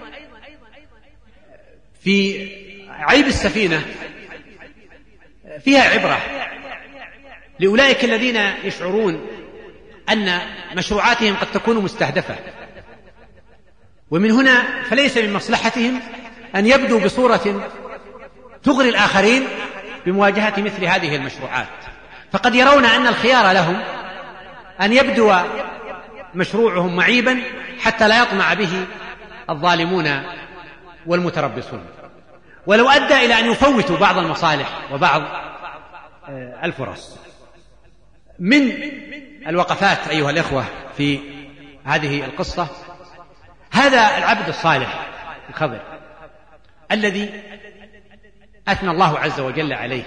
في عيب السفينة فيها عبرة لأولئك الذين يشعرون أن مشروعاتهم قد تكون مستهدفة، ومن هنا فليس من مصلحتهم أن يبدوا بصورة تغري الآخرين بمواجهة مثل هذه المشروعات، فقد يرون أن الخيار لهم أن يبدو مشروعهم معيبا حتى لا يطمع به الظالمون والمتربصون، ولو أدى إلى أن يفوتوا بعض المصالح وبعض الفرص. من الوقفات أيها الإخوة في هذه القصة هذا العبد الصالح الخضر الذي أثنى الله عز وجل عليه،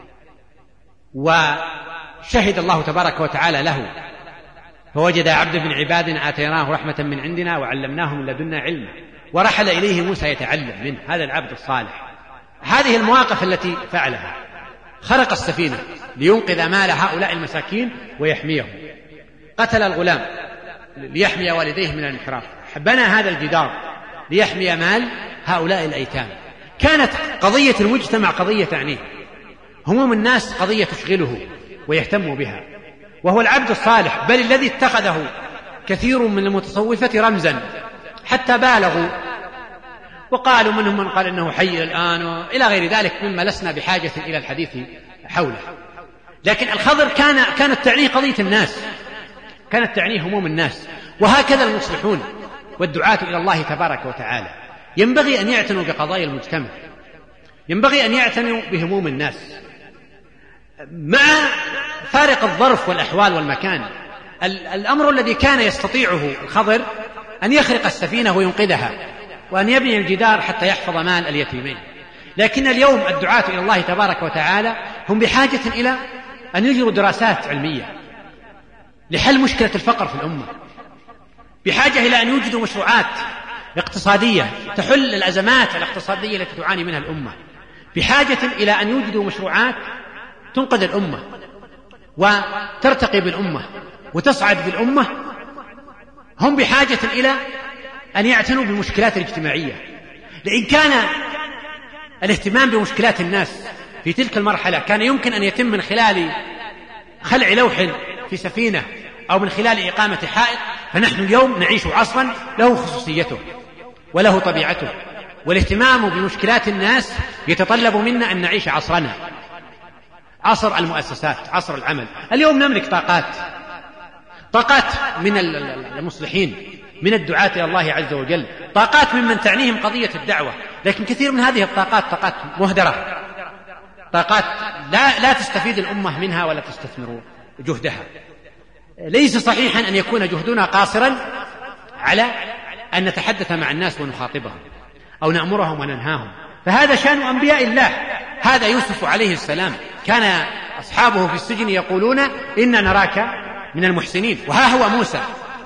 وشهد الله تبارك وتعالى له، فوجد عبد من عبادنا آتيناه رحمة من عندنا وعلمناه من لدنا علما، ورحل إليه موسى يتعلم منه. هذا العبد الصالح. هذه المواقف التي فعلها: خرق السفينة لينقذ مال هؤلاء المساكين ويحميهم، قتل الغلام ليحمي والديه من الانحراف، بنى هذا الجدار ليحمي مال هؤلاء الأيتام. كانت قضية المجتمع قضية تعنيه، هموم الناس قضية تشغله ويهتم بها، وهو العبد الصالح، بل الذي اتخذه كثير من المتصوفة رمزا حتى بالغوا وقالوا منهم من قال إنه حي الآن إلى غير ذلك مما لسنا بحاجة إلى الحديث حوله. لكن الخضر كان كانت تعنيه قضية الناس، كانت تعنيه هموم الناس. وهكذا المصلحون والدعاة إلى الله تبارك وتعالى ينبغي أن يعتنوا بقضايا المجتمع، ينبغي أن يعتنوا بهموم الناس مع فارق الظرف والأحوال والمكان. الأمر الذي كان يستطيعه الخضر أن يخرق السفينة وينقذها وأن يبني الجدار حتى يحفظ مال اليتيمين، لكن اليوم الدعاة إلى الله تبارك وتعالى هم بحاجة إلى أن يجروا دراسات علمية لحل مشكلة الفقر في الأمة، بحاجة إلى أن يوجدوا مشروعات اقتصادية تحل الأزمات الاقتصادية التي تعاني منها الأمة، بحاجة إلى أن يوجدوا مشروعات تنقذ الأمة وترتقي بالأمة وتصعد بالأمة. هم بحاجة إلى أن يعتنوا بالمشكلات الاجتماعية، لأن كان الاهتمام بمشكلات الناس في تلك المرحلة كان يمكن أن يتم من خلال خلع لوح في سفينة أو من خلال إقامة حائط، فنحن اليوم نعيش عصرا له خصوصيته وله طبيعته، والاهتمام بمشكلات الناس يتطلب منا أن نعيش عصرنا، عصر المؤسسات، عصر العمل. اليوم نملك طاقات طاقات من المصلحين، من الدعاة إلى الله عز وجل، طاقات ممن تعنيهم قضية الدعوة، لكن كثير من هذه الطاقات طاقات مهدرة، طاقات لا, لا تستفيد الأمة منها ولا تستثمر جهدها. ليس صحيحا أن يكون جهدنا قاصرا على أن نتحدث مع الناس ونخاطبهم أو نأمرهم وننهاهم، فهذا شأن أنبياء الله. هذا يوسف عليه السلام كان أصحابه في السجن يقولون إنا نراك من المحسنين، وها هو موسى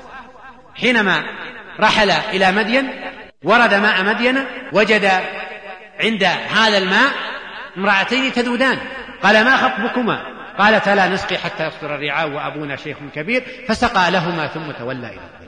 حينما رحل إلى مدين ورد ماء مدين وجد عند هذا الماء امرأتين تذودان، قال ما خطبكما؟ قالتا لا نسقي حتى يصدر الرعاء وأبونا شيخ كبير، فسقى لهما ثم تولى إلى الظل.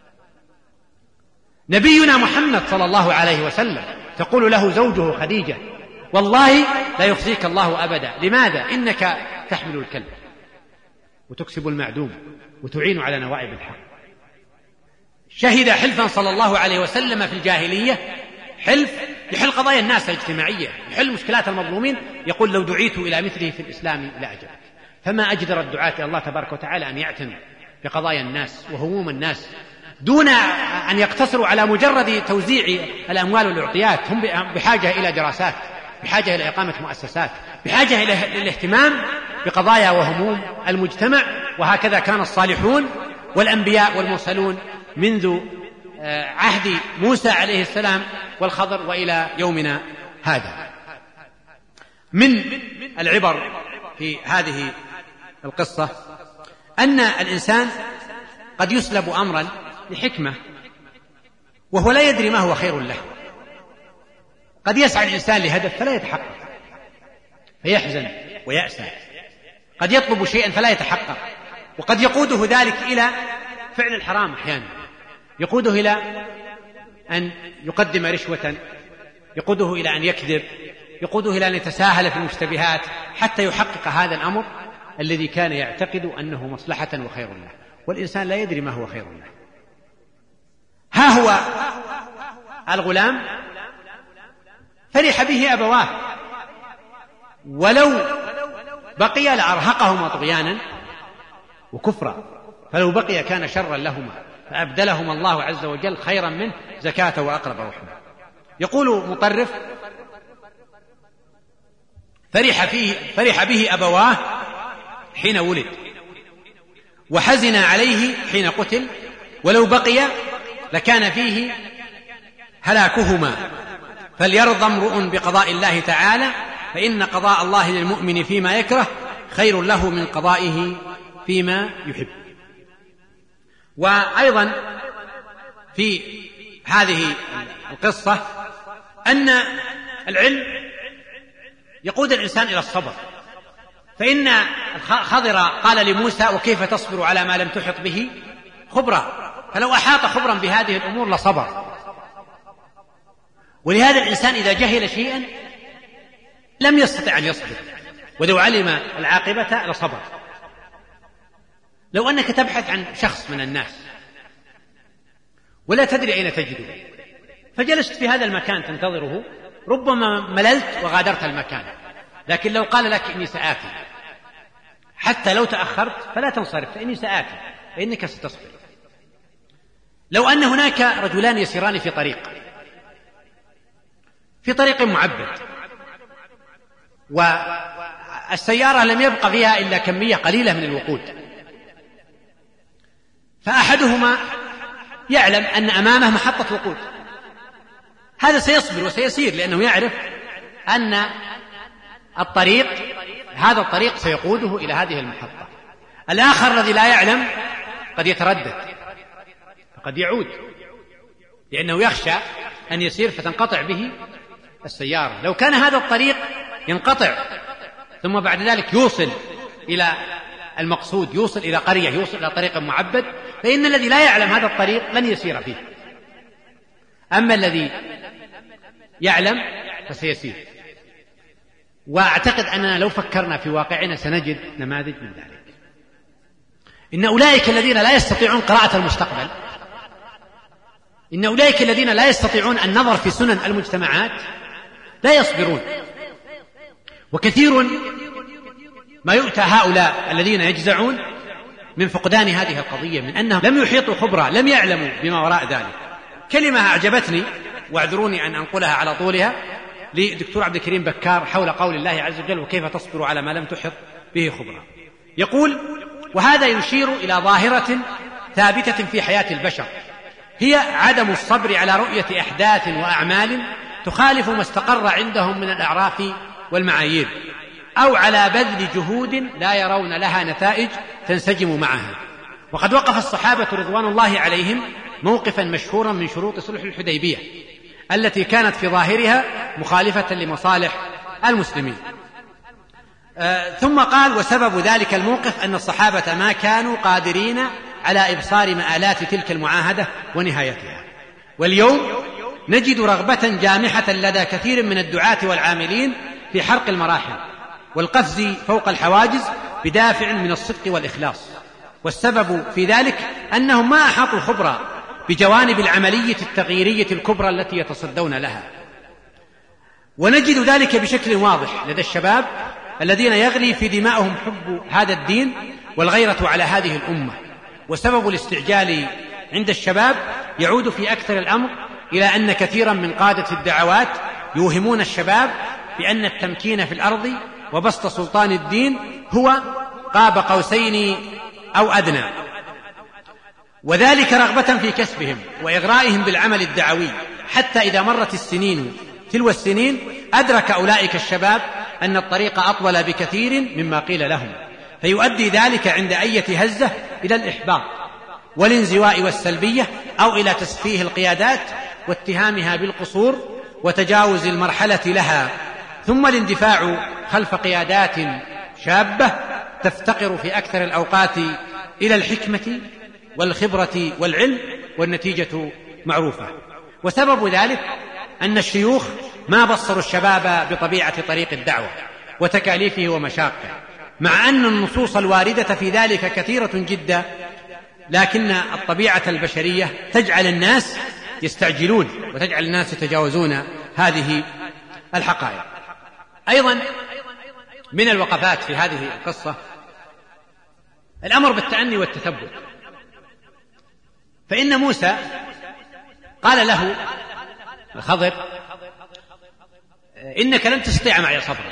نبينا محمد صلى الله عليه وسلم تقول له زوجه خديجة والله لا يخزيك الله أبدا. لماذا؟ إنك تحمل الكلب وتكسب المعدوم وتعين على نوائب الحق. شهد حلفا صلى الله عليه وسلم في الجاهلية، حلف يحل قضايا الناس الاجتماعية، يحل مشكلات المظلومين، يقول لو دعيت إلى مثله في الإسلام لأجب. فما أجدر الدعاة إلى الله تبارك وتعالى أن يعتنوا بقضايا الناس وهموم الناس دون أن يقتصروا على مجرد توزيع الأموال والأعطيات. هم بحاجة إلى دراسات، بحاجة إلى إقامة مؤسسات، بحاجة إلى الاهتمام بقضايا وهموم المجتمع. وهكذا كان الصالحون والأنبياء والمرسلون منذ عهد موسى عليه السلام والخضر وإلى يومنا هذا. من العبر في هذه القصة أن الإنسان قد يسلب أمرا لحكمة وهو لا يدري ما هو خير له. قد يسعى الإنسان لهدف فلا يتحقق فيحزن ويأسى، قد يطلب شيئا فلا يتحقق، وقد يقوده ذلك إلى فعل الحرام أحيانا، يقوده إلى أن يقدم رشوة، يقوده إلى أن يكذب، يقوده إلى أن يتساهل في المشتبهات حتى يحقق هذا الأمر الذي كان يعتقد أنه مصلحة وخير له، والإنسان لا يدري ما هو خير له. ها هو الغلام فرح به أبواه، ولو بقي لأرهقهما طغيانا وكفرا، فلو بقي كان شرا لهما، فأبدلهما الله عز وجل خيرا منه زكاة وأقرب رحمة. يقول مطرف: فرح, فيه فرح به أبواه حين ولد، وحزن عليه حين قتل، ولو بقي لكان فيه هلاكهما. فليرضى امرؤ بقضاء الله تعالى، فإن قضاء الله للمؤمن فيما يكره خير له من قضائه فيما يحب. وأيضا في هذه القصة أن العلم يقود الإنسان إلى الصبر، فإن خضر قال لموسى: وكيف تصبر على ما لم تحط به خبرا؟ فلو أحاط خبرا بهذه الأمور لصبر. ولهذا الإنسان إذا جهل شيئا لم يستطع أن يصبر، ولو علم العاقبة لصبر. لو أنك تبحث عن شخص من الناس ولا تدري أين تجده، فجلست في هذا المكان تنتظره، ربما مللت وغادرت المكان، لكن لو قال لك: إني سآتي، حتى لو تأخرت فلا تنصرف، فإني سآتي، فإنك ستصبر. لو أن هناك رجلان يسيران في طريق في طريق معبد، والسيارة لم يبق فيها إلا كمية قليلة من الوقود، فأحدهما يعلم أن أمامه محطة وقود، هذا سيصبر وسيسير لأنه يعرف أن الطريق هذا الطريق سيقوده إلى هذه المحطة. الآخر الذي لا يعلم قد يتردد، قد يعود، لأنه يخشى أن يسير فتنقطع به السيارة. لو كان هذا الطريق ينقطع ثم بعد ذلك يوصل إلى المقصود، يوصل إلى قرية، يوصل إلى طريق معبد، فإن الذي لا يعلم هذا الطريق لن يسير فيه، أما الذي يعلم فسيسير. وأعتقد أننا لو فكرنا في واقعنا سنجد نماذج من ذلك. إن أولئك الذين لا يستطيعون قراءة المستقبل، إن أولئك الذين لا يستطيعون النظر في سنن المجتمعات لا يصبرون. وكثير ما يؤتى هؤلاء الذين يجزعون من فقدان هذه القضية، من أنهم لم يحيطوا خبرة، لم يعلموا بما وراء ذلك. كلمة أعجبتني واعذروني أن أنقلها على طولها لدكتور عبد الكريم بكار حول قول الله عز وجل: وكيف تصبر على ما لم تحط به خبرة. يقول: وهذا يشير إلى ظاهرة ثابتة في حياة البشر، هي عدم الصبر على رؤية أحداث وأعمال تخالف ما استقر عندهم من الأعراف والمعايير، أو على بذل جهود لا يرون لها نتائج تنسجم معها. وقد وقف الصحابة رضوان الله عليهم موقفا مشهورا من شروط صلح الحديبية التي كانت في ظاهرها مخالفة لمصالح المسلمين. آه ثم قال: وسبب ذلك الموقف أن الصحابة ما كانوا قادرين على إبصار مآلات تلك المعاهدة ونهايتها. واليوم نجد رغبة جامحة لدى كثير من الدعاة والعاملين في حرق المراحل والقفز فوق الحواجز بدافع من الصدق والإخلاص، والسبب في ذلك أنهم ما أحاطوا الخبرة بجوانب العملية التغييرية الكبرى التي يتصدون لها. ونجد ذلك بشكل واضح لدى الشباب الذين يغلي في دمائهم حب هذا الدين والغيرة على هذه الأمة. وسبب الاستعجال عند الشباب يعود في أكثر الأمر إلى أن كثيرا من قادة الدعوات يوهمون الشباب بأن التمكين في الأرض وبسط سلطان الدين هو قاب قوسين أو أدنى، وذلك رغبة في كسبهم وإغرائهم بالعمل الدعوي، حتى إذا مرت السنين تلو السنين أدرك أولئك الشباب أن الطريق أطول بكثير مما قيل لهم، فيؤدي ذلك عند أية هزة إلى الإحباط والانزواء والسلبية، أو إلى تسفيه القيادات واتهامها بالقصور وتجاوز المرحلة لها، ثم الاندفاع خلف قيادات شابة تفتقر في أكثر الأوقات إلى الحكمة والخبرة والعلم، والنتيجة معروفة. وسبب ذلك أن الشيوخ ما بصروا الشباب بطبيعة طريق الدعوة وتكاليفه ومشاقه، مع أن النصوص الواردة في ذلك كثيرة جدا، لكن الطبيعة البشرية تجعل الناس يستعجلون وتجعل الناس يتجاوزون هذه الحقائق. أيضا من الوقفات في هذه القصة الأمر بالتأني والتثبت، فإن موسى قال له الخضر: إنك لن تستطيع معي صبرا،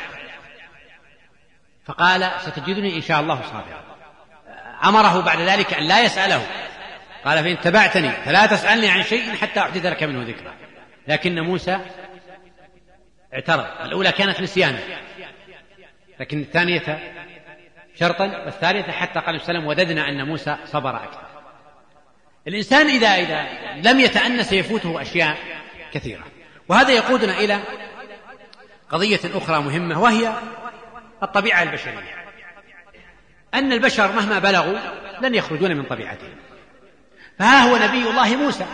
فقال: ستجدني إن شاء الله صابرا. أمره بعد ذلك أن لا يسأله، قال: فإن اتبعتني فلا تسألني عن شيء حتى أحدث لك منه ذكرى. لكن موسى اعترض، الأولى كانت نسيانا، لكن الثانية شرطا، والثالثة حتى قال السلام: وددنا أن موسى صبر أكثر. الإنسان إذا, إذا لم يتأنى سيفوته أشياء كثيرة. وهذا يقودنا إلى قضية أخرى مهمة، وهي الطبيعة البشرية، أن البشر مهما بلغوا لن يخرجون من طبيعتهم. فها هو نبي الله موسى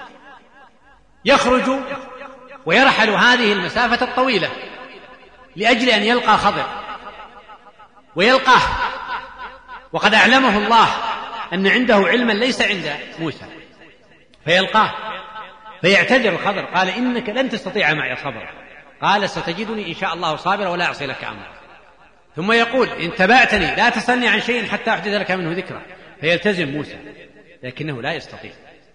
يخرج ويرحل هذه المسافة الطويلة لأجل أن يلقى خضر ويلقاه، وقد أعلمه الله أن عنده علما ليس عند موسى، فيلقاه فيعتذر الخضر، قال: إنك لن تستطيع معي صبرا، قال: ستجدني إن شاء الله صابرا ولا أعصي لك أمرا. ثم يقول: إن تبعتني لا تسألني عن شيء حتى أحدث لك منه ذكرى، فيلتزم موسى، لكنه لا يستطيع.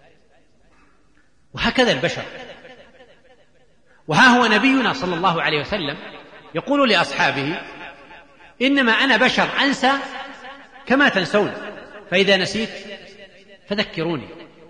وهكذا البشر. وها هو نبينا صلى الله عليه وسلم يقول لأصحابه: إنما أنا بشر أنسى كما تنسون، فإذا نسيت فذكروني.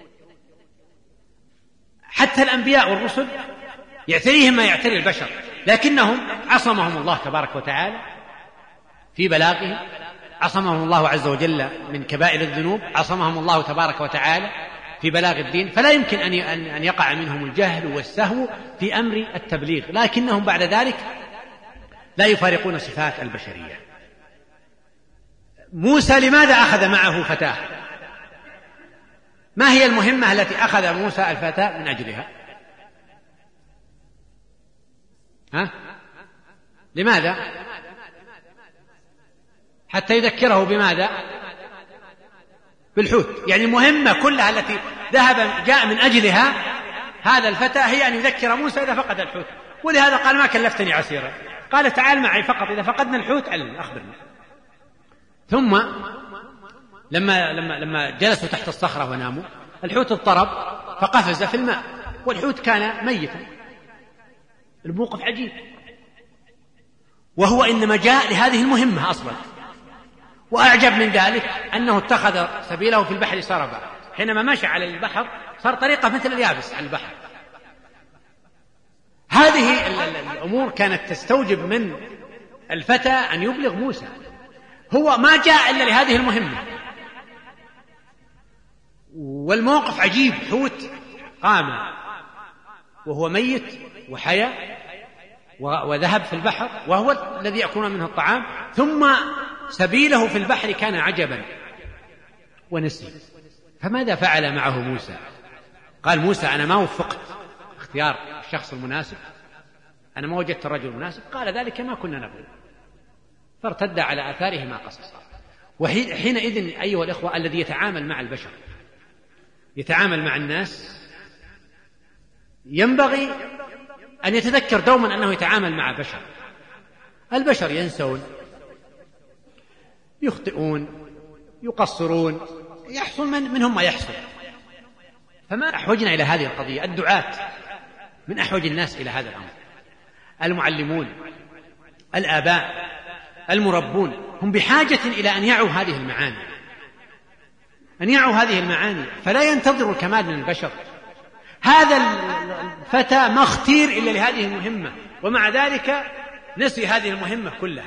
حتى الأنبياء والرسل يعتريهم ما يعتري البشر، لكنهم عصمهم الله تبارك وتعالى في بلاغهم، عصمهم الله عز وجل من كبائر الذنوب، عصمهم الله تبارك وتعالى في بلاغ الدين، فلا يمكن أن يقع منهم الجهل والسهو في أمر التبليغ، لكنهم بعد ذلك لا يفارقون صفات البشرية. موسى لماذا أخذ معه فتاة؟ ما هي المهمة التي أخذ موسى الفتاة من أجلها؟ ها؟ لماذا؟ حتى يذكره بماذا؟ بالحوت. يعني المهمة كلها التي ذهب جاء من أجلها هذا الفتى هي أن يذكر موسى إذا فقد الحوت، ولهذا قال: ما كلفتني عسيرا، قال: تعال معي فقط، إذا فقدنا الحوت علم أخبرنا. ثم لما, لما, لما جلسوا تحت الصخرة وناموا، الحوت اضطرب فقفز في الماء، والحوت كان ميتا. الموقف عجيب، وهو إنما جاء لهذه المهمة أصلا. وأعجب من ذلك أنه اتخذ سبيله في البحر سربا، حينما مشى على البحر صار طريقة مثل اليابس على البحر. هذه الأمور كانت تستوجب من الفتى أن يبلغ موسى، هو ما جاء إلا لهذه المهمة. والموقف عجيب، حوت قام وهو ميت وحيا وذهب في البحر وهو الذي يأكلون منه الطعام، ثم سبيله في البحر كان عجبا ونسي. فماذا فعل معه موسى؟ قال موسى: أنا ما وفقت اختيار الشخص المناسب، أنا ما وجدت الرجل المناسب. قال: ذلك ما كنا نبغي، فارتد على آثارهما قصصا. وحينئذ أيها الإخوة، الذي يتعامل مع البشر يتعامل مع الناس ينبغي أن يتذكر دوما أنه يتعامل مع بشر. البشر ينسون، يخطئون، يقصرون، يحصل من منهم ما يحصل. فما أحوجنا إلى هذه القضية؟ الدعاة من أحوج الناس إلى هذا الأمر، المعلمون، الآباء، المربون، هم بحاجة إلى أن يعوا هذه المعاني، أن يعوا هذه المعاني، فلا ينتظروا الكمال من البشر. هذا الفتى ما اختير إلا لهذه المهمة، ومع ذلك نسي هذه المهمة كلها.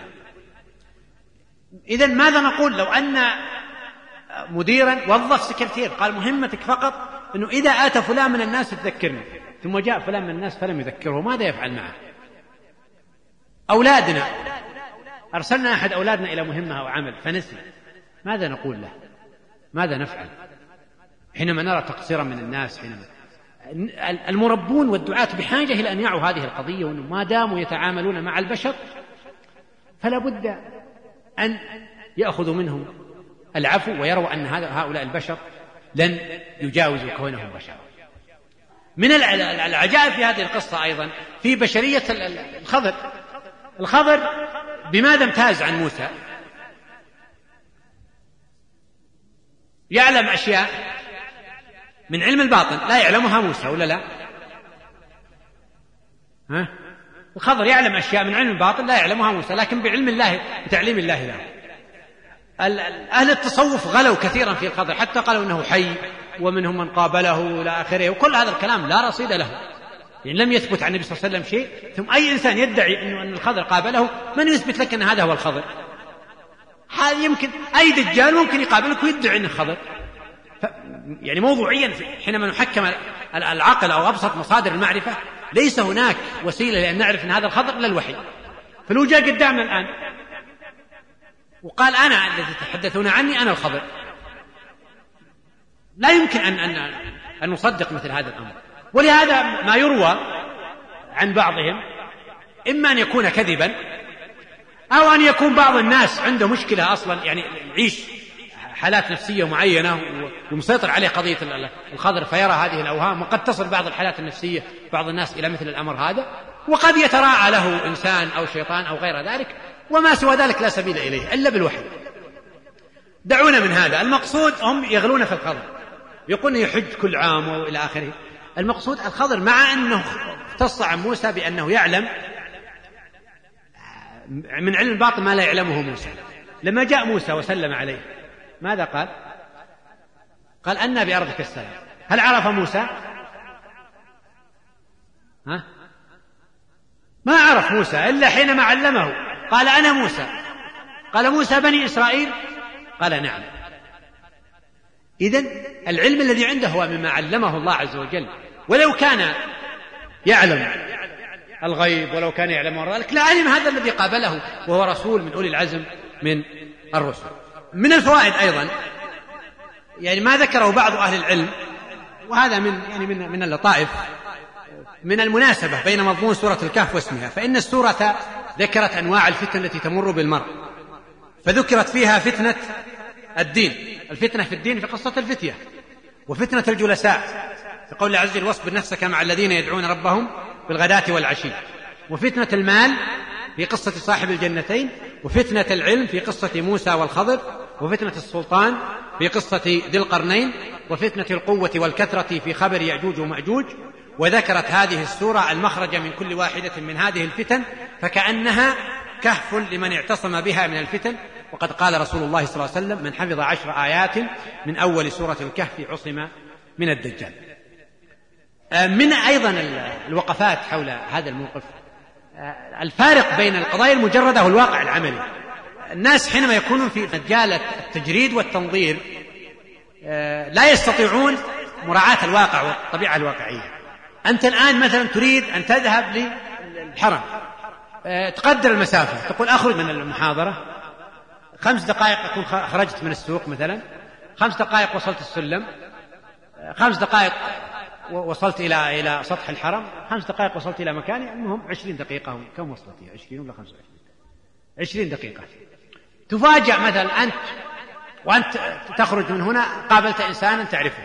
إذن ماذا نقول لو أن مديرا وظف سكرتير قال مهمتك فقط أنه إذا آتى فلان من الناس تذكرني، ثم جاء فلان من الناس فلم يذكره، ماذا يفعل معه؟ أولادنا، أرسلنا أحد أولادنا إلى مهمة أو عمل فنسي، ماذا نقول له؟ ماذا نفعل حينما نرى تقصيرا من الناس؟ حينما المربون والدعاة بحاجة إلى أن يعوا هذه القضية، وأنه ما داموا يتعاملون مع البشر فلا بد أن يأخذوا منهم العفو، ويروا أن هؤلاء البشر لن يجاوزوا كونهم بشر. من العجائب في هذه القصة أيضا في بشرية الخضر. الخضر بماذا امتاز عن موسى؟ يعلم أشياء من علم الباطن لا يعلمها موسى، ولا لا؟ ها؟ الخضر يعلم أشياء من علم الباطن لا يعلمها موسى، لكن بعلم الله بتعليم الله له. أهل التصوف غلوا كثيرا في الخضر، حتى قالوا إنه حي، ومنهم من قابله إلى آخره، وكل هذا الكلام لا رصيد له، يعني لم يثبت عن النبي صلى الله عليه وسلم شيء. ثم أي إنسان يدعي إنه أن الخضر قابله، من يثبت لك أن هذا هو الخضر؟ هذا يمكن أي دجال ممكن يقابلك ويدعي أنه خضر. يعني موضوعيا حينما نحكم العقل أو أبسط مصادر المعرفة، ليس هناك وسيلة لأن نعرف أن هذا الخضر إلا الوحي. فلو جاء قدامنا الآن وقال أنا الذي تحدثون عني أنا الخضر، لا يمكن أن, أن, أن نصدق مثل هذا الأمر. ولهذا ما يروى عن بعضهم إما أن يكون كذبا، أو أن يكون بعض الناس عنده مشكلة أصلا، يعني يعيش حالات نفسية معينة ومسيطر عليه قضية الخضر فيرى هذه الأوهام، وقد تصل بعض الحالات النفسية بعض الناس إلى مثل الأمر هذا، وقد يتراعى له إنسان أو شيطان أو غير ذلك، وما سوى ذلك لا سبيل إليه إلا بالوحي. دعونا من هذا. المقصود هم يغلون في الخضر، يقولون يحج كل عام وإلى آخره. المقصود الخضر مع أنه اختص عن موسى بأنه يعلم من علم الباطن ما لا يعلمه موسى. لما جاء موسى وسلم عليه ماذا قال؟ قال أنا بأرضك السلام. هل عرف موسى؟ ها؟ ما عرف موسى إلا حينما علمه قال أنا موسى. قال موسى بني إسرائيل؟ قال نعم. إذن العلم الذي عنده هو مما علمه الله عز وجل، ولو كان يعلم الغيب ولو كان يعلم ذلك لا علم هذا الذي قابله وهو رسول من أولي العزم من الرسل. من الفوائد أيضا يعني ما ذكره بعض أهل العلم، وهذا من يعني من من اللطائف، من المناسبة بين مضمون سورة الكهف واسمها. فإن السورة ذكرت أنواع الفتن التي تمر بالمرء، فذكرت فيها فتنة الدين، الفتنة في الدين في قصة الفتية، وفتنة الجلساء في قول الله عز وجل واصبر نفسك مع الذين يدعون ربهم بالغداة والعشي، وفتنة المال في قصة صاحب الجنتين، وفتنة العلم في قصة موسى والخضر، وفتنة السلطان في قصة ذي القرنين، وفتنة القوة والكثرة في خبر يأجوج ومأجوج. وذكرت هذه السورة المخرج من كل واحدة من هذه الفتن، فكأنها كهف لمن اعتصم بها من الفتن. وقد قال رسول الله صلى الله عليه وسلم من حفظ عشر آيات من أول سورة الكهف عصم من الدجال. من أيضا الوقفات حول هذا الموقف الفارق بين القضايا المجردة والواقع العملي. الناس حينما يكونون في مجال التجريد والتنظير لا يستطيعون مراعاة الواقع والطبيعة الواقعية. أنت الآن مثلا تريد أن تذهب للحرم، تقدر المسافة، تقول أخرج من المحاضرة خمس دقائق أكون خرجت من السوق مثلا، خمس دقائق وصلت السلم، خمس دقائق وصلت إلى إلى سطح الحرم، خمس دقائق وصلت إلى مكاني. المهم عشرين دقيقة. كم وصلت؟ عشرين ولا خمسة وعشرين؟ عشرين دقيقة. تفاجأ مثلا أنت وأنت تخرج من هنا قابلت إنسانا تعرفه،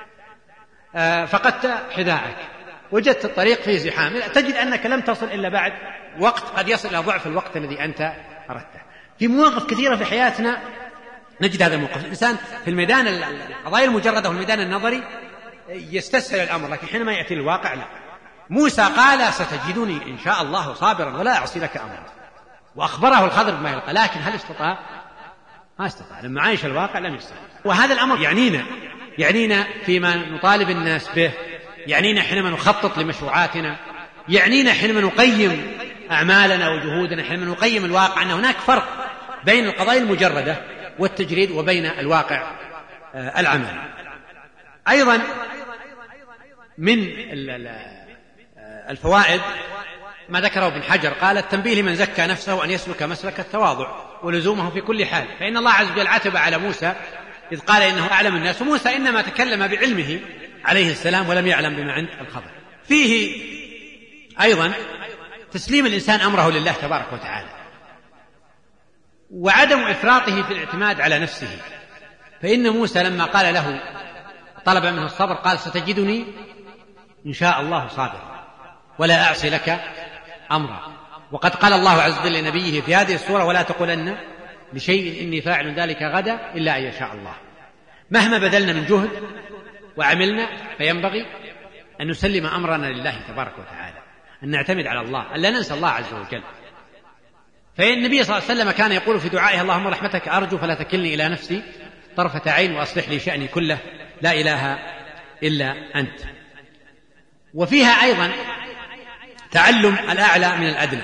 فقدت حذاءك، وجدت الطريق فيه زحام، تجد أنك لم تصل إلا بعد وقت قد يصل إلى ضعف الوقت الذي أنت أردته. في مواقف كثيرة في حياتنا نجد هذا الموقف. الإنسان في الميدان القضايا المجردة والميدان النظري يستسهل الأمر، لكن حينما يأتي الواقع لا. موسى قال ستجدني إن شاء الله صابرا ولا أعصي لك أمرا، وأخبره الخضر بما يلقى، لكن هل استطاع؟ ما استطاع، لما عايش الواقع لم يستطع. وهذا الأمر يعنينا يعنينا فيما نطالب الناس به، يعنينا حينما نخطط لمشروعاتنا، يعنينا حينما نقيم أعمالنا وجهودنا، حينما نقيم الواقع، أن هناك فرق بين القضايا المجردة والتجريد وبين الواقع العمل. أيضا من الفوائد ما ذكره ابن حجر، قال التنبيه لمن زكى نفسه أن يسلك مسلك التواضع ولزومه في كل حال، فإن الله عز وجل عتب على موسى إذ قال إنه أعلم الناس، وموسى إنما تكلم بعلمه عليه السلام ولم يعلم بما عند الخضر. فيه أيضا تسليم الإنسان أمره لله تبارك وتعالى، وعدم إفراطه في الاعتماد على نفسه، فإن موسى لما قال له طلب منه الصبر قال ستجدني إن شاء الله صابرا ولا أعصي لك أمرا. وقد قال الله عز وجل لنبيه في هذه السورة ولا تقولن لشيء إني فاعل ذلك غدا إلا أن يشاء الله. مهما بذلنا من جهد وعملنا فينبغي أن نسلم أمرنا لله تبارك وتعالى، أن نعتمد على الله، أن لا ننسى الله عز وجل. فإن النبي صلى الله عليه وسلم كان يقول في دعائه اللهم رحمتك أرجو فلا تكلني إلى نفسي طرفة عين وأصلح لي شأني كله لا إله إلا أنت. وفيها أيضا تعلم الأعلى من الأدنى،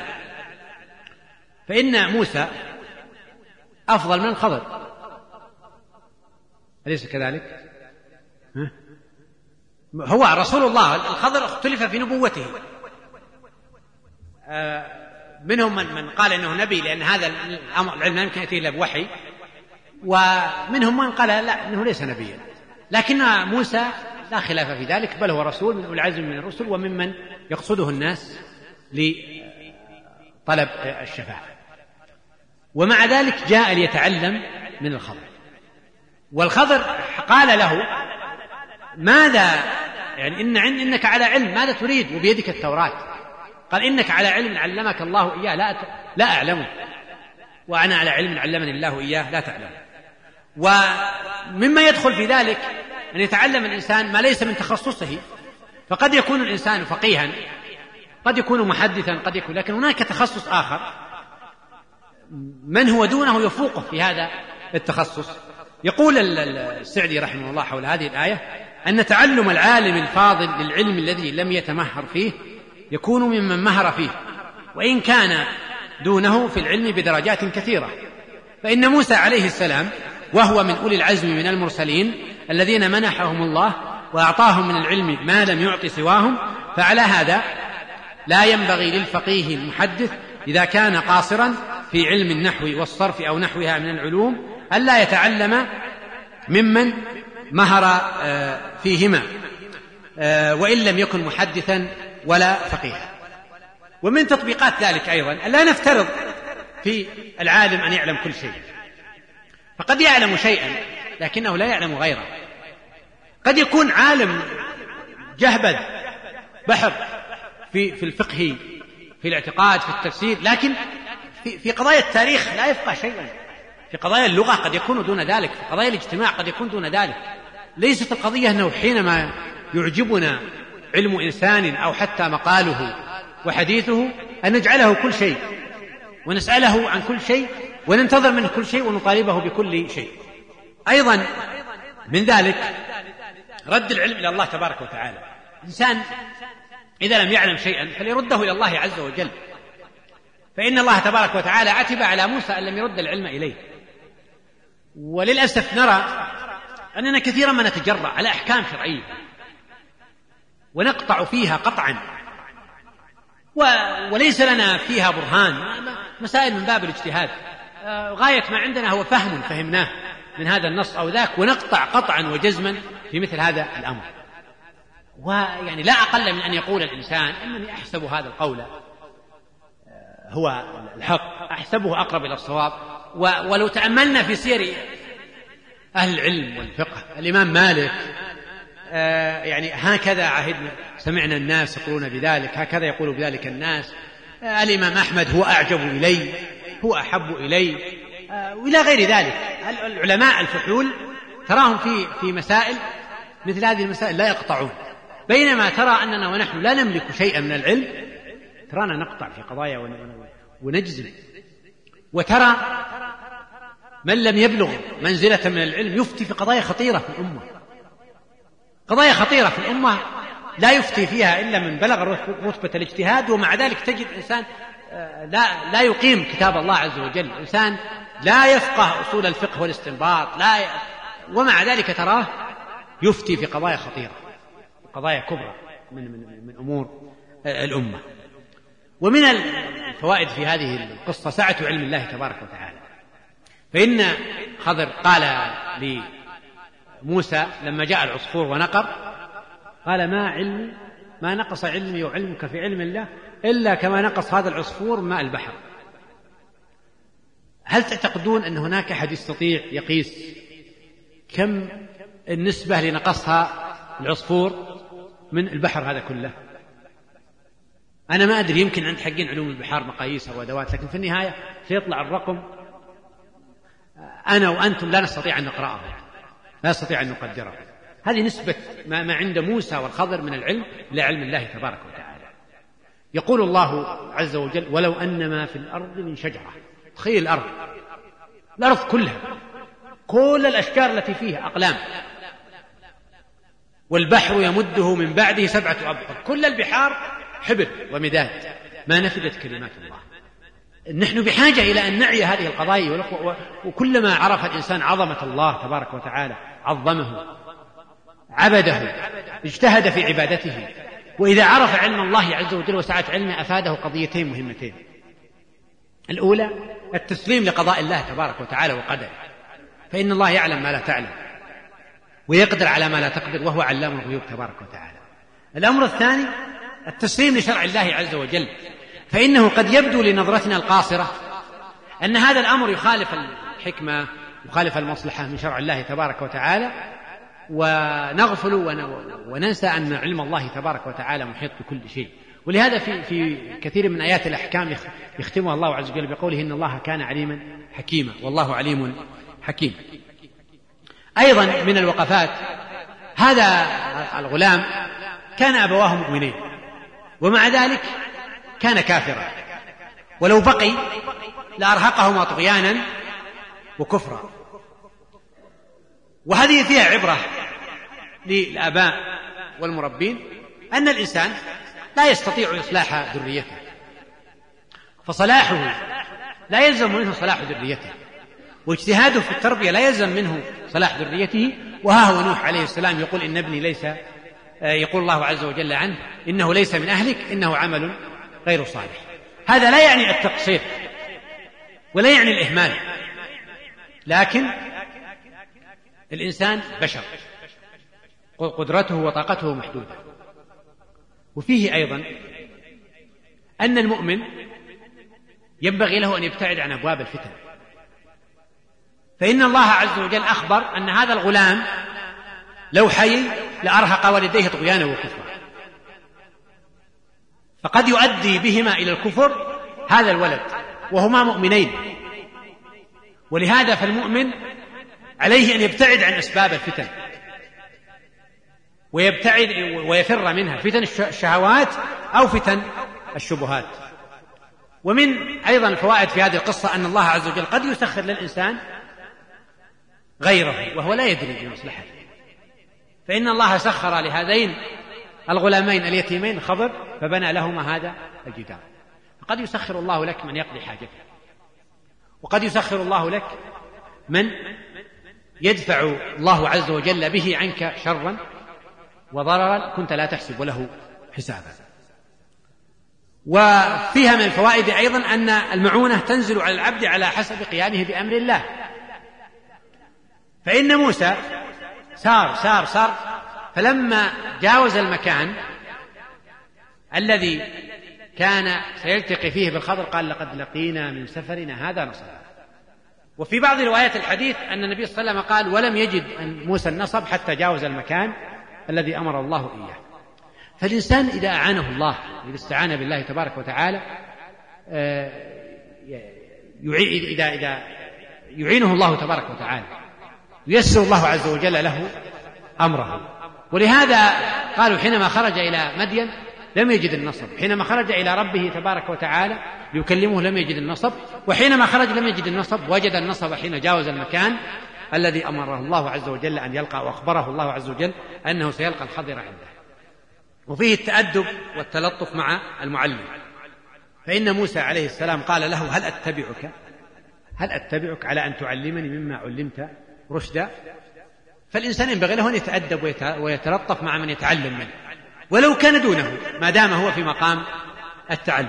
فإن موسى أفضل من الخضر، أليس كذلك؟ هو رسول الله، الخضر اختلف في نبوته، منهم من, من قال إنه نبي لأن هذا العلم لا يمكن يأتي إلا بوحي، ومنهم من قال لا إنه ليس نبيا، لكن موسى لا خلاف في ذلك، بل هو رسول من أولي العزم من الرسل وممن يقصده الناس لطلب الشفاعة. ومع ذلك جاء ليتعلم من الخضر، والخضر قال له ماذا يعني إن إنك على علم، ماذا تريد وبيدك التوراة؟ قال إنك على علم علمك الله إياه لا لا أعلمه، وأنا على علم علمني الله إياه لا تعلم. ومما يدخل في ذلك أن يتعلم الإنسان ما ليس من تخصصه، فقد يكون الإنسان فقيها، قد يكون محدثا، قد يكون، لكن هناك تخصص آخر من هو دونه يفوقه في هذا التخصص. يقول السعدي رحمه الله حول هذه الآية أن تعلم العالم الفاضل للعلم الذي لم يتمهر فيه يكون ممن مهر فيه، وإن كان دونه في العلم بدرجات كثيرة. فإن موسى عليه السلام وهو من أولي العزم من المرسلين الذين منحهم الله وأعطاهم من العلم ما لم يعط سواهم، فعلى هذا لا ينبغي للفقيه المحدث إذا كان قاصرا في علم النحو والصرف أو نحوها من العلوم ألا يتعلم ممن مهر فيهما وإن لم يكن محدثا ولا فقيها. ومن تطبيقات ذلك أيضا ألا نفترض في العالم أن يعلم كل شيء، فقد يعلم شيئا لكنه لا يعلم غيره. قد يكون عالم جهبذ بحر في في الفقه، في الاعتقاد، في التفسير، لكن في, في قضايا التاريخ لا يفقه شيئا، في قضايا اللغة قد يكون دون ذلك، في قضايا الاجتماع قد يكون دون ذلك. ليست القضية أنه حينما يعجبنا علم إنسان أو حتى مقاله وحديثه أن نجعله كل شيء ونسأله عن كل شيء وننتظر منه كل شيء ونطالبه بكل شيء. أيضا من ذلك رد العلم إلى الله تبارك وتعالى. الإنسان إذا لم يعلم شيئا فليرده إلى الله عز وجل، فإن الله تبارك وتعالى عتب على موسى أن لم يرد العلم إليه. وللأسف نرى أننا كثيرا ما نتجرأ على أحكام شرعية ونقطع فيها قطعا وليس لنا فيها برهان، مسائل من باب الاجتهاد، غاية ما عندنا هو فهم فهمناه من هذا النص أو ذاك، ونقطع قطعا وجزما في مثل هذا الأمر. ويعني لا أقل من أن يقول الإنسان أنني أحسب هذا القول هو الحق، أحسبه أقرب إلى الصواب. ولو تأملنا في سير أهل العلم والفقه، الإمام مالك آه يعني هكذا عهدنا سمعنا الناس يقولون بذلك، هكذا يقول بذلك الناس. آه الإمام أحمد هو أعجب إلي، هو أحب إلي، آه وإلى غير ذلك. العلماء الفحول تراهم في في مسائل مثل هذه المسائل لا يقطعون، بينما ترى أننا ونحن لا نملك شيئا من العلم ترانا نقطع في قضايا ونجزم. وترى من لم يبلغ منزلة من العلم يفتي في قضايا خطيرة في الأمة، قضايا خطيرة في الأمة لا يفتي فيها إلا من بلغ رتبة الاجتهاد، ومع ذلك تجد إنسان لا, لا يقيم كتاب الله عز وجل، إنسان لا يفقه أصول الفقه والاستنباط، لا ي... ومع ذلك تراه يفتي في قضايا خطيرة، قضايا كبرى من, من, من أمور الأمة. ومن الفوائد في هذه القصة سعة علم الله تبارك وتعالى. فإن خضر قال لموسى لما جاء العصفور ونقر قال ما علمي ما نقص علمي وعلمك في علم الله إلا كما نقص هذا العصفور ماء البحر. هل تعتقدون أن هناك أحد يستطيع يقيس كم النسبة لنقصها العصفور من البحر هذا كله؟ أنا ما أدري، يمكن عند حقين علوم البحار مقاييس وأدوات، لكن في النهاية سيطلع الرقم أنا وأنتم لا نستطيع أن نقرأه، لا نستطيع أن نقدره. هذه نسبة ما عند موسى والخضر من العلم لعلم الله تبارك وتعالى. يقول الله عز وجل ولو أن ما في الأرض من شجرة. تخيل الأرض الأرض كلها كل الأشجار التي فيها أقلام، والبحر يمده من بعده سبعة أبحر، كل البحار حبر ومداد، ما نفدت كلمات الله. نحن بحاجة إلى أن نعي هذه القضايا، وكلما عرف الإنسان عظمة الله تبارك وتعالى عظمه، عبده، اجتهد في عبادته. وإذا عرف علم الله عز وجل وسعة علمه أفاده قضيتين مهمتين: الأولى التسليم لقضاء الله تبارك وتعالى وقدره، فإن الله يعلم ما لا تعلم ويقدر على ما لا تقدر، وهو علام الغيوب تبارك وتعالى. الأمر الثاني التسليم لشرع الله عز وجل، فإنه قد يبدو لنظرتنا القاصرة أن هذا الأمر يخالف الحكمة يخالف المصلحة من شرع الله تبارك وتعالى، ونغفل وننسى أن علم الله تبارك وتعالى محيط بكل شيء. ولهذا في, في كثير من آيات الأحكام يختمها الله عز وجل بقوله إن الله كان عليما حكيما والله عليم حكيم. أيضا من الوقفات هذا الغلام كان أبواه مؤمنين ومع ذلك كان كافرا، ولو بقي لأرهقهما طغيانا وكفرا. وهذه فيها عبرة للآباء والمربين أن الإنسان لا يستطيع إصلاح ذريته، فصلاحه لا يلزم منه صلاح ذريته، واجتهاده في التربية لا يلزم منه صلاح ذريته. وها هو نوح عليه السلام يقول إن ابني ليس يقول الله عز وجل عنه إنه ليس من أهلك إنه عمل غير صالح. هذا لا يعني التقصير ولا يعني الإهمال، لكن الإنسان بشر قدرته وطاقته محدودة. وفيه أيضا أن المؤمن ينبغي له أن يبتعد عن أبواب الفتن، فإن الله عز وجل أخبر أن هذا الغلام لو حي لأرهق والديه طغيانا وكفرا، فقد يؤدي بهما إلى الكفر هذا الولد وهما مؤمنين. ولهذا فالمؤمن عليه أن يبتعد عن أسباب الفتن ويبتعد ويفر منها، فتن الشهوات أو فتن الشبهات. ومن أيضا الفوائد في هذه القصة أن الله عز وجل قد يسخر للإنسان غيره وهو لا يدري بمصلحته، فإن الله سخر لهذين الغلامين اليتيمين خضر فبنى لهما هذا الجدار. فقد يسخر الله لك من يقضي حاجته، وقد يسخر الله لك من يدفع الله عز وجل به عنك شرا وضررا كنت لا تحسب له حسابا. وفيها من الفوائد أيضا أن المعونة تنزل على العبد على حسب قيامه بأمر الله، فإن موسى سار سار سار فلما جاوز المكان الذي كان سيلتقي فيه بالخضر قال لقد لقينا من سفرنا هذا نصبا. وفي بعض روايات الحديث أن النبي صلى الله عليه وسلم قال ولم يجد موسى النصب حتى جاوز المكان الذي أمر الله إياه. فالإنسان إذا أعانه الله، إذا استعان بالله تبارك وتعالى، إذا إذا يعينه الله تبارك وتعالى ييسر الله عز وجل له أمره ولهذا قالوا حينما خرج إلى مدين لم يجد النصب، حينما خرج إلى ربه تبارك وتعالى ليكلمه لم يجد النصب، وحينما خرج لم يجد النصب وجد النصب حين جاوز المكان الذي أمره الله عز وجل أن يلقى، وأخبره الله عز وجل أنه سيلقى الخضر عنده. وفيه التأدب والتلطف مع المعلم، فإن موسى عليه السلام قال له هل أتبعك هل أتبعك على أن تعلمني مما علمت رشدا؟ فالإنسان ينبغي له أن يتأدب ويتلطف مع من يتعلم منه ولو كان دونه ما دام هو في مقام التعلم.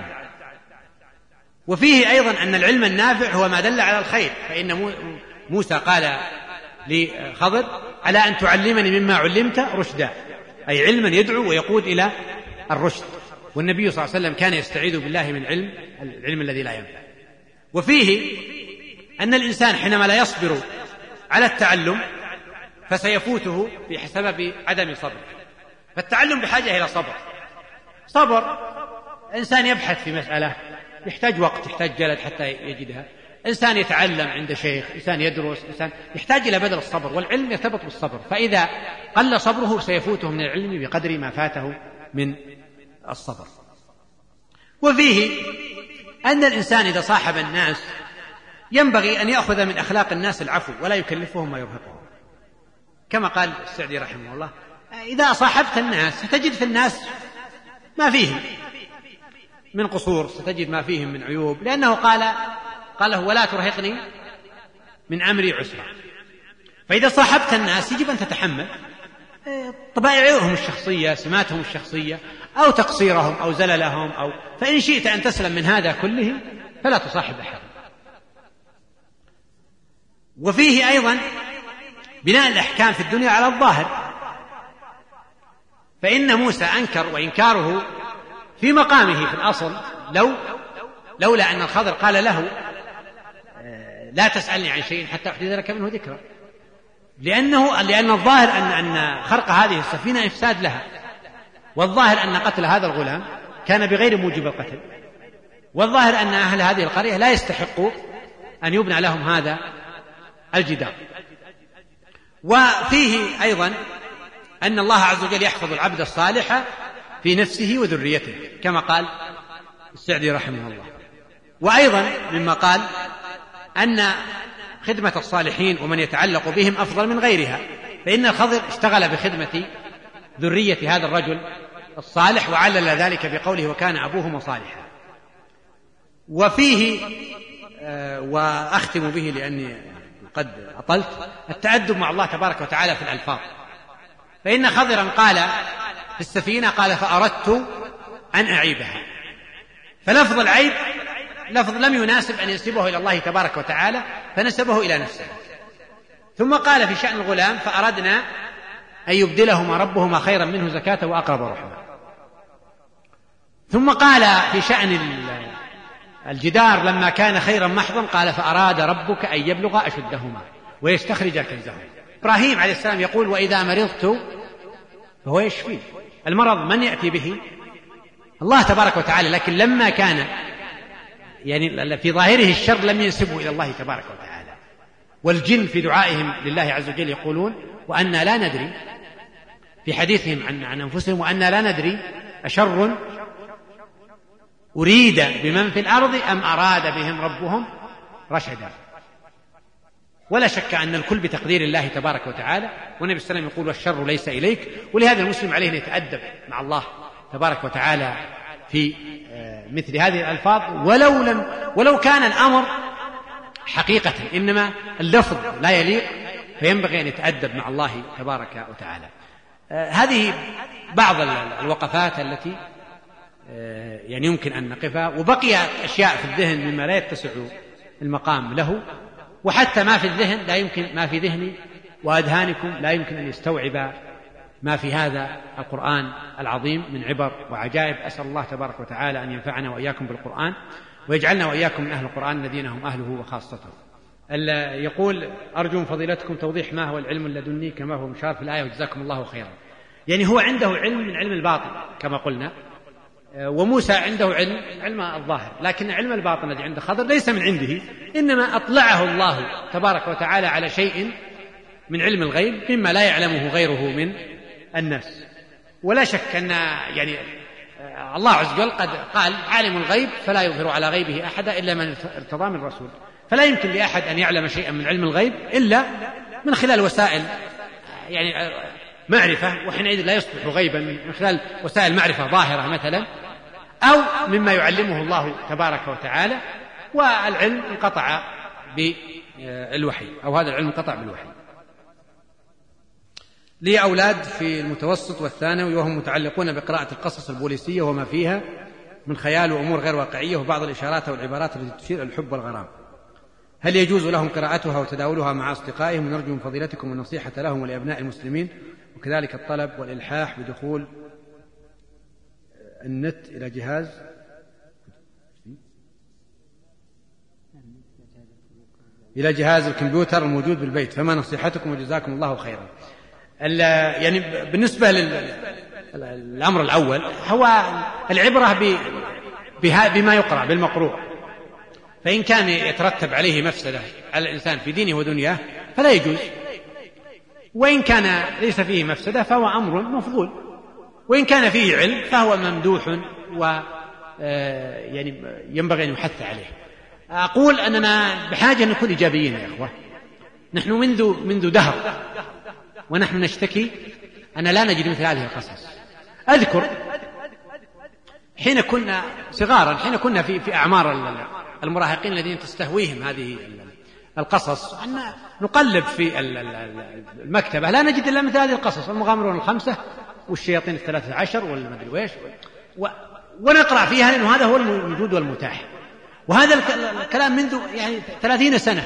وفيه أيضا أن العلم النافع هو ما دل على الخير، فإن موسى قال لخضر على أن تعلمني مما علمت رشدا، أي علما يدعو ويقود إلى الرشد. والنبي صلى الله عليه وسلم كان يستعيذ بالله من علم العلم الذي لا ينفع. وفيه أن الإنسان حينما لا يصبر على التعلم فسيفوته بسبب عدم صبر، فالتعلم بحاجة إلى صبر. صبر إنسان يبحث في مسألة يحتاج وقت، يحتاج جلد حتى يجدها، إنسان يتعلم عند شيخ، إنسان يدرس، إنسان يحتاج إلى بذل الصبر، والعلم يرتبط بالصبر، فإذا قل صبره سيفوته من العلم بقدر ما فاته من الصبر. وفيه أن الإنسان إذا صاحب الناس ينبغي أن يأخذ من أخلاق الناس العفو ولا يكلفهم ما يرهقهم، كما قال السعدي رحمه الله إذا صاحبت الناس ستجد في الناس ما فيهم من قصور، ستجد ما فيهم من عيوب، لأنه قال قاله ولا ترهقني من أمري عسرا. فإذا صاحبت الناس يجب أن تتحمل طبائعهم الشخصية، سماتهم الشخصية، أو تقصيرهم أو زللهم، أو فإن شئت أن تسلم من هذا كله فلا تصاحب أحد. وفيه أيضا بناء الأحكام في الدنيا على الظاهر، فإن موسى أنكر، وإنكاره في مقامه في الأصل، لو لولا أن الخضر قال له لا تسألني عن شيء حتى أحدث لك منه ذكرى، لأنه لأن الظاهر أن أن خرق هذه السفينة إفساد لها، والظاهر أن قتل هذا الغلام كان بغير موجب القتل، والظاهر أن أهل هذه القرية لا يستحقوا أن يبنى لهم هذا الجدار. وفيه أيضا أن الله عز وجل يحفظ العبد الصالح في نفسه وذريته، كما قال السعدي رحمه الله. وأيضا مما قال أن خدمة الصالحين ومن يتعلق بهم أفضل من غيرها، فإن الخضر اشتغل بخدمة ذرية هذا الرجل الصالح، وعلل ذلك بقوله وكان أبوهما صالحا. وفيه آه وأختم به لأني قد أطلت، التأدب مع الله تبارك وتعالى في الألفاظ، فإن خضرا قال في السفينة قال فأردت أن أعيبها، فلفظ العيب لفظ لم يناسب أن ينسبه إلى الله تبارك وتعالى فنسبه إلى نفسه. ثم قال في شأن الغلام فأردنا أن يبدلهما ربهما خيرا منه زكاة وأقرب رحمة. ثم قال في شأن الجدار لما كان خيرا محضا قال فأراد ربك أن يبلغ أشدهما ويستخرج كنزهما. إبراهيم عليه السلام يقول وإذا مرضت فهو يشفي، المرض من يأتي به؟ الله تبارك وتعالى، لكن لما كان يعني في ظاهره الشر لم ينسبه إلى الله تبارك وتعالى. والجن في دعائهم لله عز وجل يقولون وأنا لا ندري، في حديثهم عن, عن أنفسهم وأنا لا ندري أشر أريد بمن في الأرض أم أراد بهم ربهم رشدا. ولا شك أن الكل بتقدير الله تبارك وتعالى، والنبي صلى الله عليه وسلم يقول والشر ليس إليك. ولهذا المسلم عليه أن يتأدب مع الله تبارك وتعالى في مثل هذه الألفاظ، ولو, لم ولو كان الأمر حقيقة إنما اللفظ لا يليق، فينبغي أن يتأدب مع الله تبارك وتعالى. هذه بعض الوقفات التي يعني يمكن أن نقفها، وبقي أشياء في الذهن مما لا يتسع المقام له، وحتى ما في الذهن لا يمكن، ما في ذهني وأذهانكم لا يمكن أن يستوعب ما في هذا القرآن العظيم من عبر وعجائب. أسأل الله تبارك وتعالى أن ينفعنا وإياكم بالقرآن ويجعلنا وإياكم من أهل القرآن الذين هم أهله وخاصته. يقول أرجو من فضيلتكم توضيح ما هو العلم اللدني كما هو مشار في الآية وجزاكم الله خيرا. يعني هو عنده علم من علم الباطن كما قلنا، وموسى عنده علم علم الظاهر، لكن علم الباطن الذي عند خضر ليس من عنده، إنما أطلعه الله تبارك وتعالى على شيء من علم الغيب مما لا يعلمه غيره من الناس. ولا شك أن يعني الله عز وجل قد قال عالم الغيب فلا يظهر على غيبه أحدا إلا من ارتضى من رسول، فلا يمكن لأحد أن يعلم شيئا من علم الغيب إلا من خلال وسائل يعني معرفة، وحينئذ لا يصبح غيبا من خلال وسائل معرفة ظاهرة مثلا، أو مما يعلمه الله تبارك وتعالى، والعلم انقطع بالوحي، أو هذا العلم انقطع بالوحي. لي أولاد في المتوسط والثانوي وهم متعلقون بقراءة القصص البوليسية وما فيها من خيال وأمور غير واقعية وبعض الإشارات والعبارات التي تشير إلى الحب والغرام، هل يجوز لهم قراءتها وتداولها مع أصدقائهم؟ ونرجو من فضيلتكم النصيحة لهم ولأبناء المسلمين، وكذلك الطلب والإلحاح بدخول النت إلى جهاز إلى جهاز الكمبيوتر الموجود بالبيت، فما نصيحتكم وجزاكم الله خيرا. يعني بالنسبة للأمر الأول هو العبرة بما يقرأ بالمقروء، فإن كان يترتب عليه مفسدة على الإنسان في دينه ودنياه فلا يجوز، وإن كان ليس فيه مفسدة فهو أمر مفضول، وإن كان فيه علم فهو ممدوح و يعني ينبغي أن يحث عليه. أقول أننا بحاجة أن نكون إيجابيين يا أخوة. نحن منذ منذ دهر ونحن نشتكي أن لا نجد مثل هذه القصص. أذكر حين كنا صغارا، حين كنا في في أعمار المراهقين الذين تستهويهم هذه القصص، أن نقلب في المكتبة لا نجد إلا مثل هذه القصص، المغامرون الخمسة والشياطين الثلاثة عشر والمدري ويش، ونقرأ فيها لأنه هذا هو الموجود والمتاح. وهذا الكلام منذ يعني ثلاثين سنة.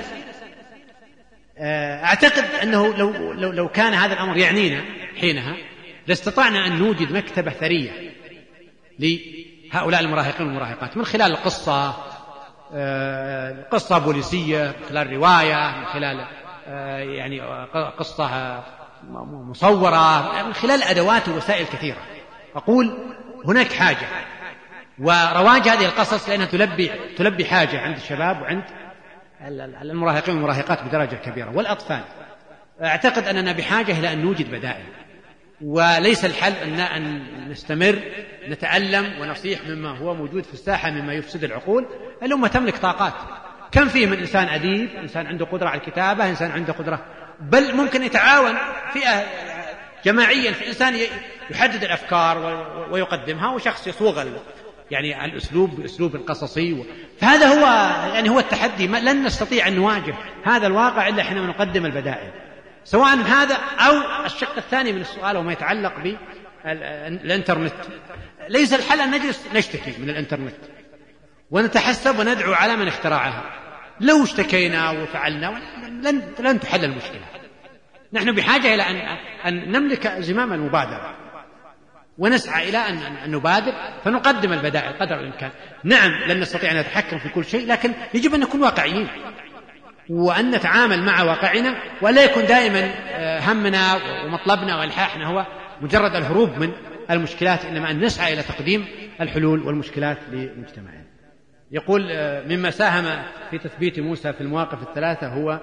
أعتقد أنه لو, لو, لو كان هذا الأمر يعنينا حينها لاستطعنا أن نوجد مكتبة ثرية لهؤلاء المراهقين والمراهقات من خلال القصة، قصة بوليسية، من خلال رواية، من خلال يعني قصة مصورة، من خلال أدوات ووسائل كثيرة. أقول هناك حاجة ورواج هذه القصص لأنها تلبي تلبي حاجة عند الشباب وعند المراهقين والمراهقات بدرجة كبيرة والأطفال. أعتقد أننا بحاجة إلى أن نوجد بدائل، وليس الحل أن أن نستمر نتعلم ونصيح مما هو موجود في الساحة مما يفسد العقول. الأمة تملك طاقات، كم فيه من إنسان أديب، إنسان عنده قدرة على الكتابة، إنسان عنده قدرة، بل ممكن يتعاون فئة جماعيا في إنسان يحدد الأفكار ويقدمها، وشخص يصوغ يعني الأسلوب بأسلوب قصصي. فهذا هو يعني هو التحدي. لن نستطيع أن نواجه هذا الواقع إلا حينما نقدم البدائل، سواء هذا أو الشق الثاني من السؤال وما يتعلق بالإنترنت. ليس الحل أن نجلس نشتكي من الإنترنت ونتحسب وندعو على من اخترعها. لو اشتكينا وفعلنا لن, لن تحل المشكلة. نحن بحاجة إلى أن, أن نملك زمام المبادرة ونسعى إلى أن, أن نبادر فنقدم البدائل قدر الإمكان. نعم لن نستطيع أن نتحكم في كل شيء، لكن يجب أن نكون واقعيين وأن نتعامل مع واقعنا، ولا يكون دائما همنا ومطلبنا والحاحنا هو مجرد الهروب من المشكلات، إنما أن نسعى إلى تقديم الحلول والمشكلات لمجتمعنا. يقول مما ساهم في تثبيت موسى في المواقف الثلاثة هو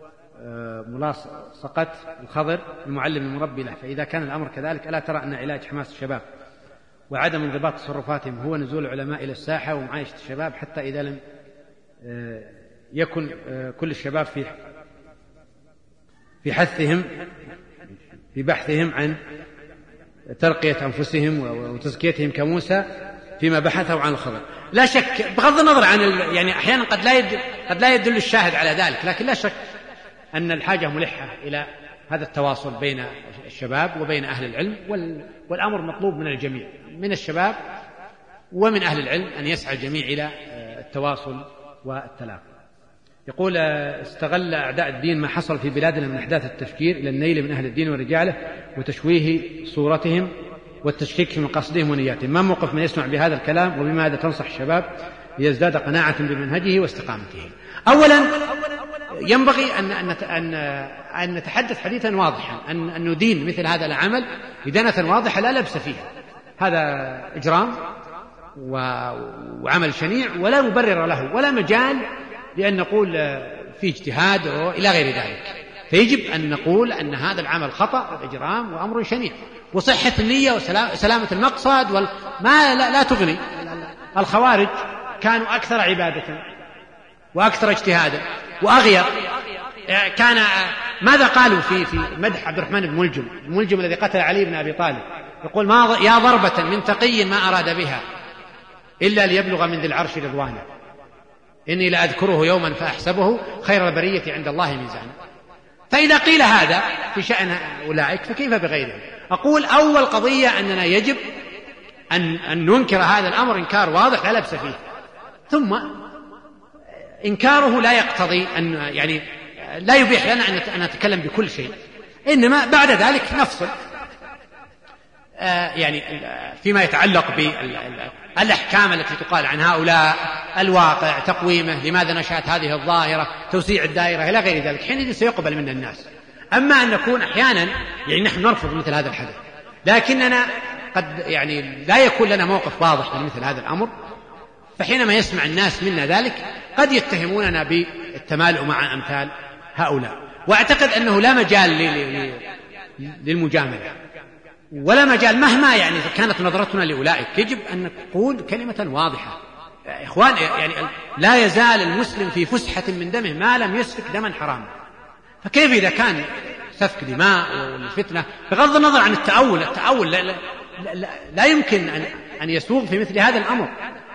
ملاصقة الخضر المعلم المربي له، فإذا كان الأمر كذلك ألا ترى أن علاج حماس الشباب وعدم انضباط تصرفاتهم هو نزول العلماء إلى الساحة ومعايشة الشباب، حتى إذا لم يكن كل الشباب في في حثهم في بحثهم عن ترقية أنفسهم وتزكيتهم كموسى فيما بحثوا عن الخضر. لا شك بغض النظر عن يعني أحيانا قد لا يدل قد لا يدل الشاهد على ذلك، لكن لا شك أن الحاجة ملحة إلى هذا التواصل بين الشباب وبين أهل العلم، والأمر مطلوب من الجميع، من الشباب ومن أهل العلم، أن يسعى الجميع إلى التواصل والتلاقي. يقول استغل أعداء الدين ما حصل في بلادنا من أحداث التفكير إلى النيل من أهل الدين ورجاله وتشويه صورتهم والتشكيك في مقاصدهم ونياتهم. ما موقف من يسمع بهذا الكلام، وبماذا تنصح الشباب ليزداد قناعة بمنهجه واستقامته؟ أولا ينبغي أن, أن, أن نتحدث حديثا واضحا، أن, أن ندين مثل هذا العمل إدانة واضحة لا لبس فيها. هذا إجرام وعمل شنيع ولا مبرر له ولا مجال لأن نقول في اجتهاد إلى غير ذلك. فيجب أن نقول أن هذا العمل خطأ وإجرام وأمر شنيع، وصحة النية وسلامة المقصد وال... ما لا, لا تغني. الخوارج كانوا أكثر عبادة وأكثر اجتهادا وأغير. كان ماذا قالوا في في مدح عبد الرحمن بن ملجم الملجم الذي قتل علي بن أبي طالب؟ يقول ما يا ضربة من تقي ما أراد بها إلا ليبلغ من ذي العرش رضوانه، إني لأذكره يوما فأحسبه خير البرية عند الله ميزانا. فإذا قيل هذا في شأن أولئك فكيف بغيرهم؟ أقول أول قضية أننا يجب أن, أن ننكر هذا الأمر إنكار واضح لا لبس فيه، ثم إنكاره لا يقتضي أن يعني لا يبيح لنا أن نتكلم بكل شيء، إنما بعد ذلك نفصل يعني فيما يتعلق بالأحكام التي تقال عن هؤلاء، الواقع، تقويمه، لماذا نشأت هذه الظاهرة، توسيع الدائرة إلى غير ذلك، حينئذ سيقبل من الناس. أما أن نكون أحيانا يعني نحن نرفض مثل هذا الحدث، لكننا قد يعني لا يكون لنا موقف واضح من مثل هذا الأمر، فحينما يسمع الناس منا ذلك قد يتهموننا بالتمالؤ مع أمثال هؤلاء. وأعتقد أنه لا مجال للمجاملة ولا مجال مهما يعني كانت نظرتنا لأولئك، يجب أن نقول كلمة واضحة. إخوان يعني لا يزال المسلم في فسحة من دمه ما لم يسفك دما حراما، فكيف إذا كان سفك دماء والفتنة بغض النظر عن التأول التأول لا, لا, لا, لا يمكن أن, أن يسوغ في مثل هذا الأمر،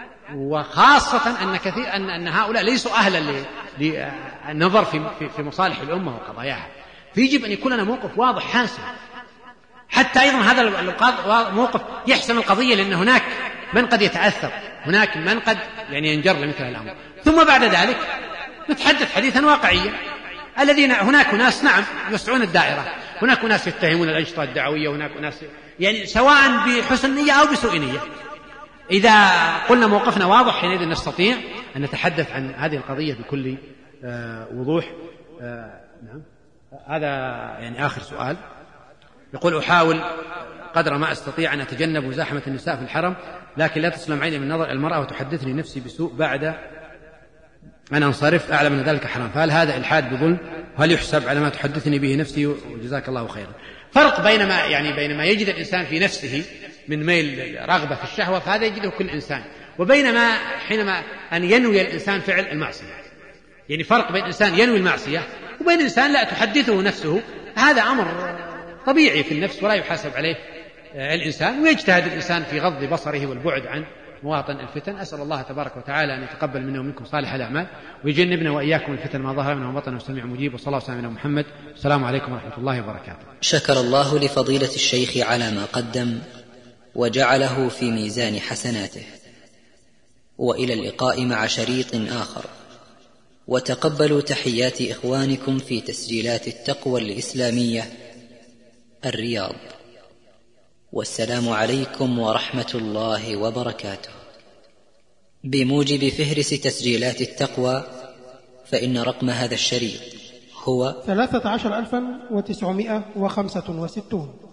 وخاصة أن كثير أن, أن هؤلاء ليسوا أهلا للنظر في, في, في مصالح الأمة وقضاياها، فيجب أن يكون لنا موقف واضح حاسم، حتى أيضا هذا الموقف يحسم القضية، لأن هناك من قد يتأثر، هناك من قد يعني ينجر لمثل الأمر، ثم بعد ذلك نتحدث حديثا واقعيا. الذين هناك ناس نعم يوسعون الدائرة، هناك ناس يتهمون الأنشطة الدعوية، هناك ناس يعني سواء بحسن نية أو بسوء نية. إذا قلنا موقفنا واضح حينئذ نستطيع أن نتحدث عن هذه القضية بكل آه وضوح. آه نعم. هذا يعني آخر سؤال. يقول أحاول قدر ما أستطيع أن أتجنب مزاحمة النساء في الحرم، لكن لا تسلم عيني من نظر المرأة وتحدثني نفسي بسوء بعد أن أنصرف، أعلم أن ذلك حرام، فهل هذا إلحاد بظلم؟ هل يحسب على ما تحدثني به نفسي؟ وجزاك الله خيرا. فرق بينما يعني بينما يجد الإنسان في نفسه من ميل رغبة في الشهوة فهذا يجده كل إنسان، وبينما حينما أن ينوي الإنسان فعل المعصية، يعني فرق بين إنسان ينوي المعصية وبين إنسان لا تحدثه نفسه، هذا أمر طبيعي في النفس ولا يحاسب عليه الإنسان، ويجتهد الإنسان في غض بصره والبعد عن مواطن الفتن. أسأل الله تبارك وتعالى أن يتقبل منا ومنكم صالح الأعمال ويجنبنا وإياكم الفتن ما ظهر منها وبطن، والسميع مجيب، وصلى الله وسلم على محمد. السلام عليكم ورحمة الله وبركاته. شكر الله لفضيلة الشيخ على ما قدم وجعله في ميزان حسناته، وإلى اللقاء مع شريط آخر، وتقبلوا تحيات إخوانكم في تسجيلات التقوى الإسلامية الرياض، والسلام عليكم ورحمة الله وبركاته. بموجب فهرس تسجيلات التقوى فإن رقم هذا الشريط هو ثلاثة عشر ألفا وتسعمائة وخمسة وستون.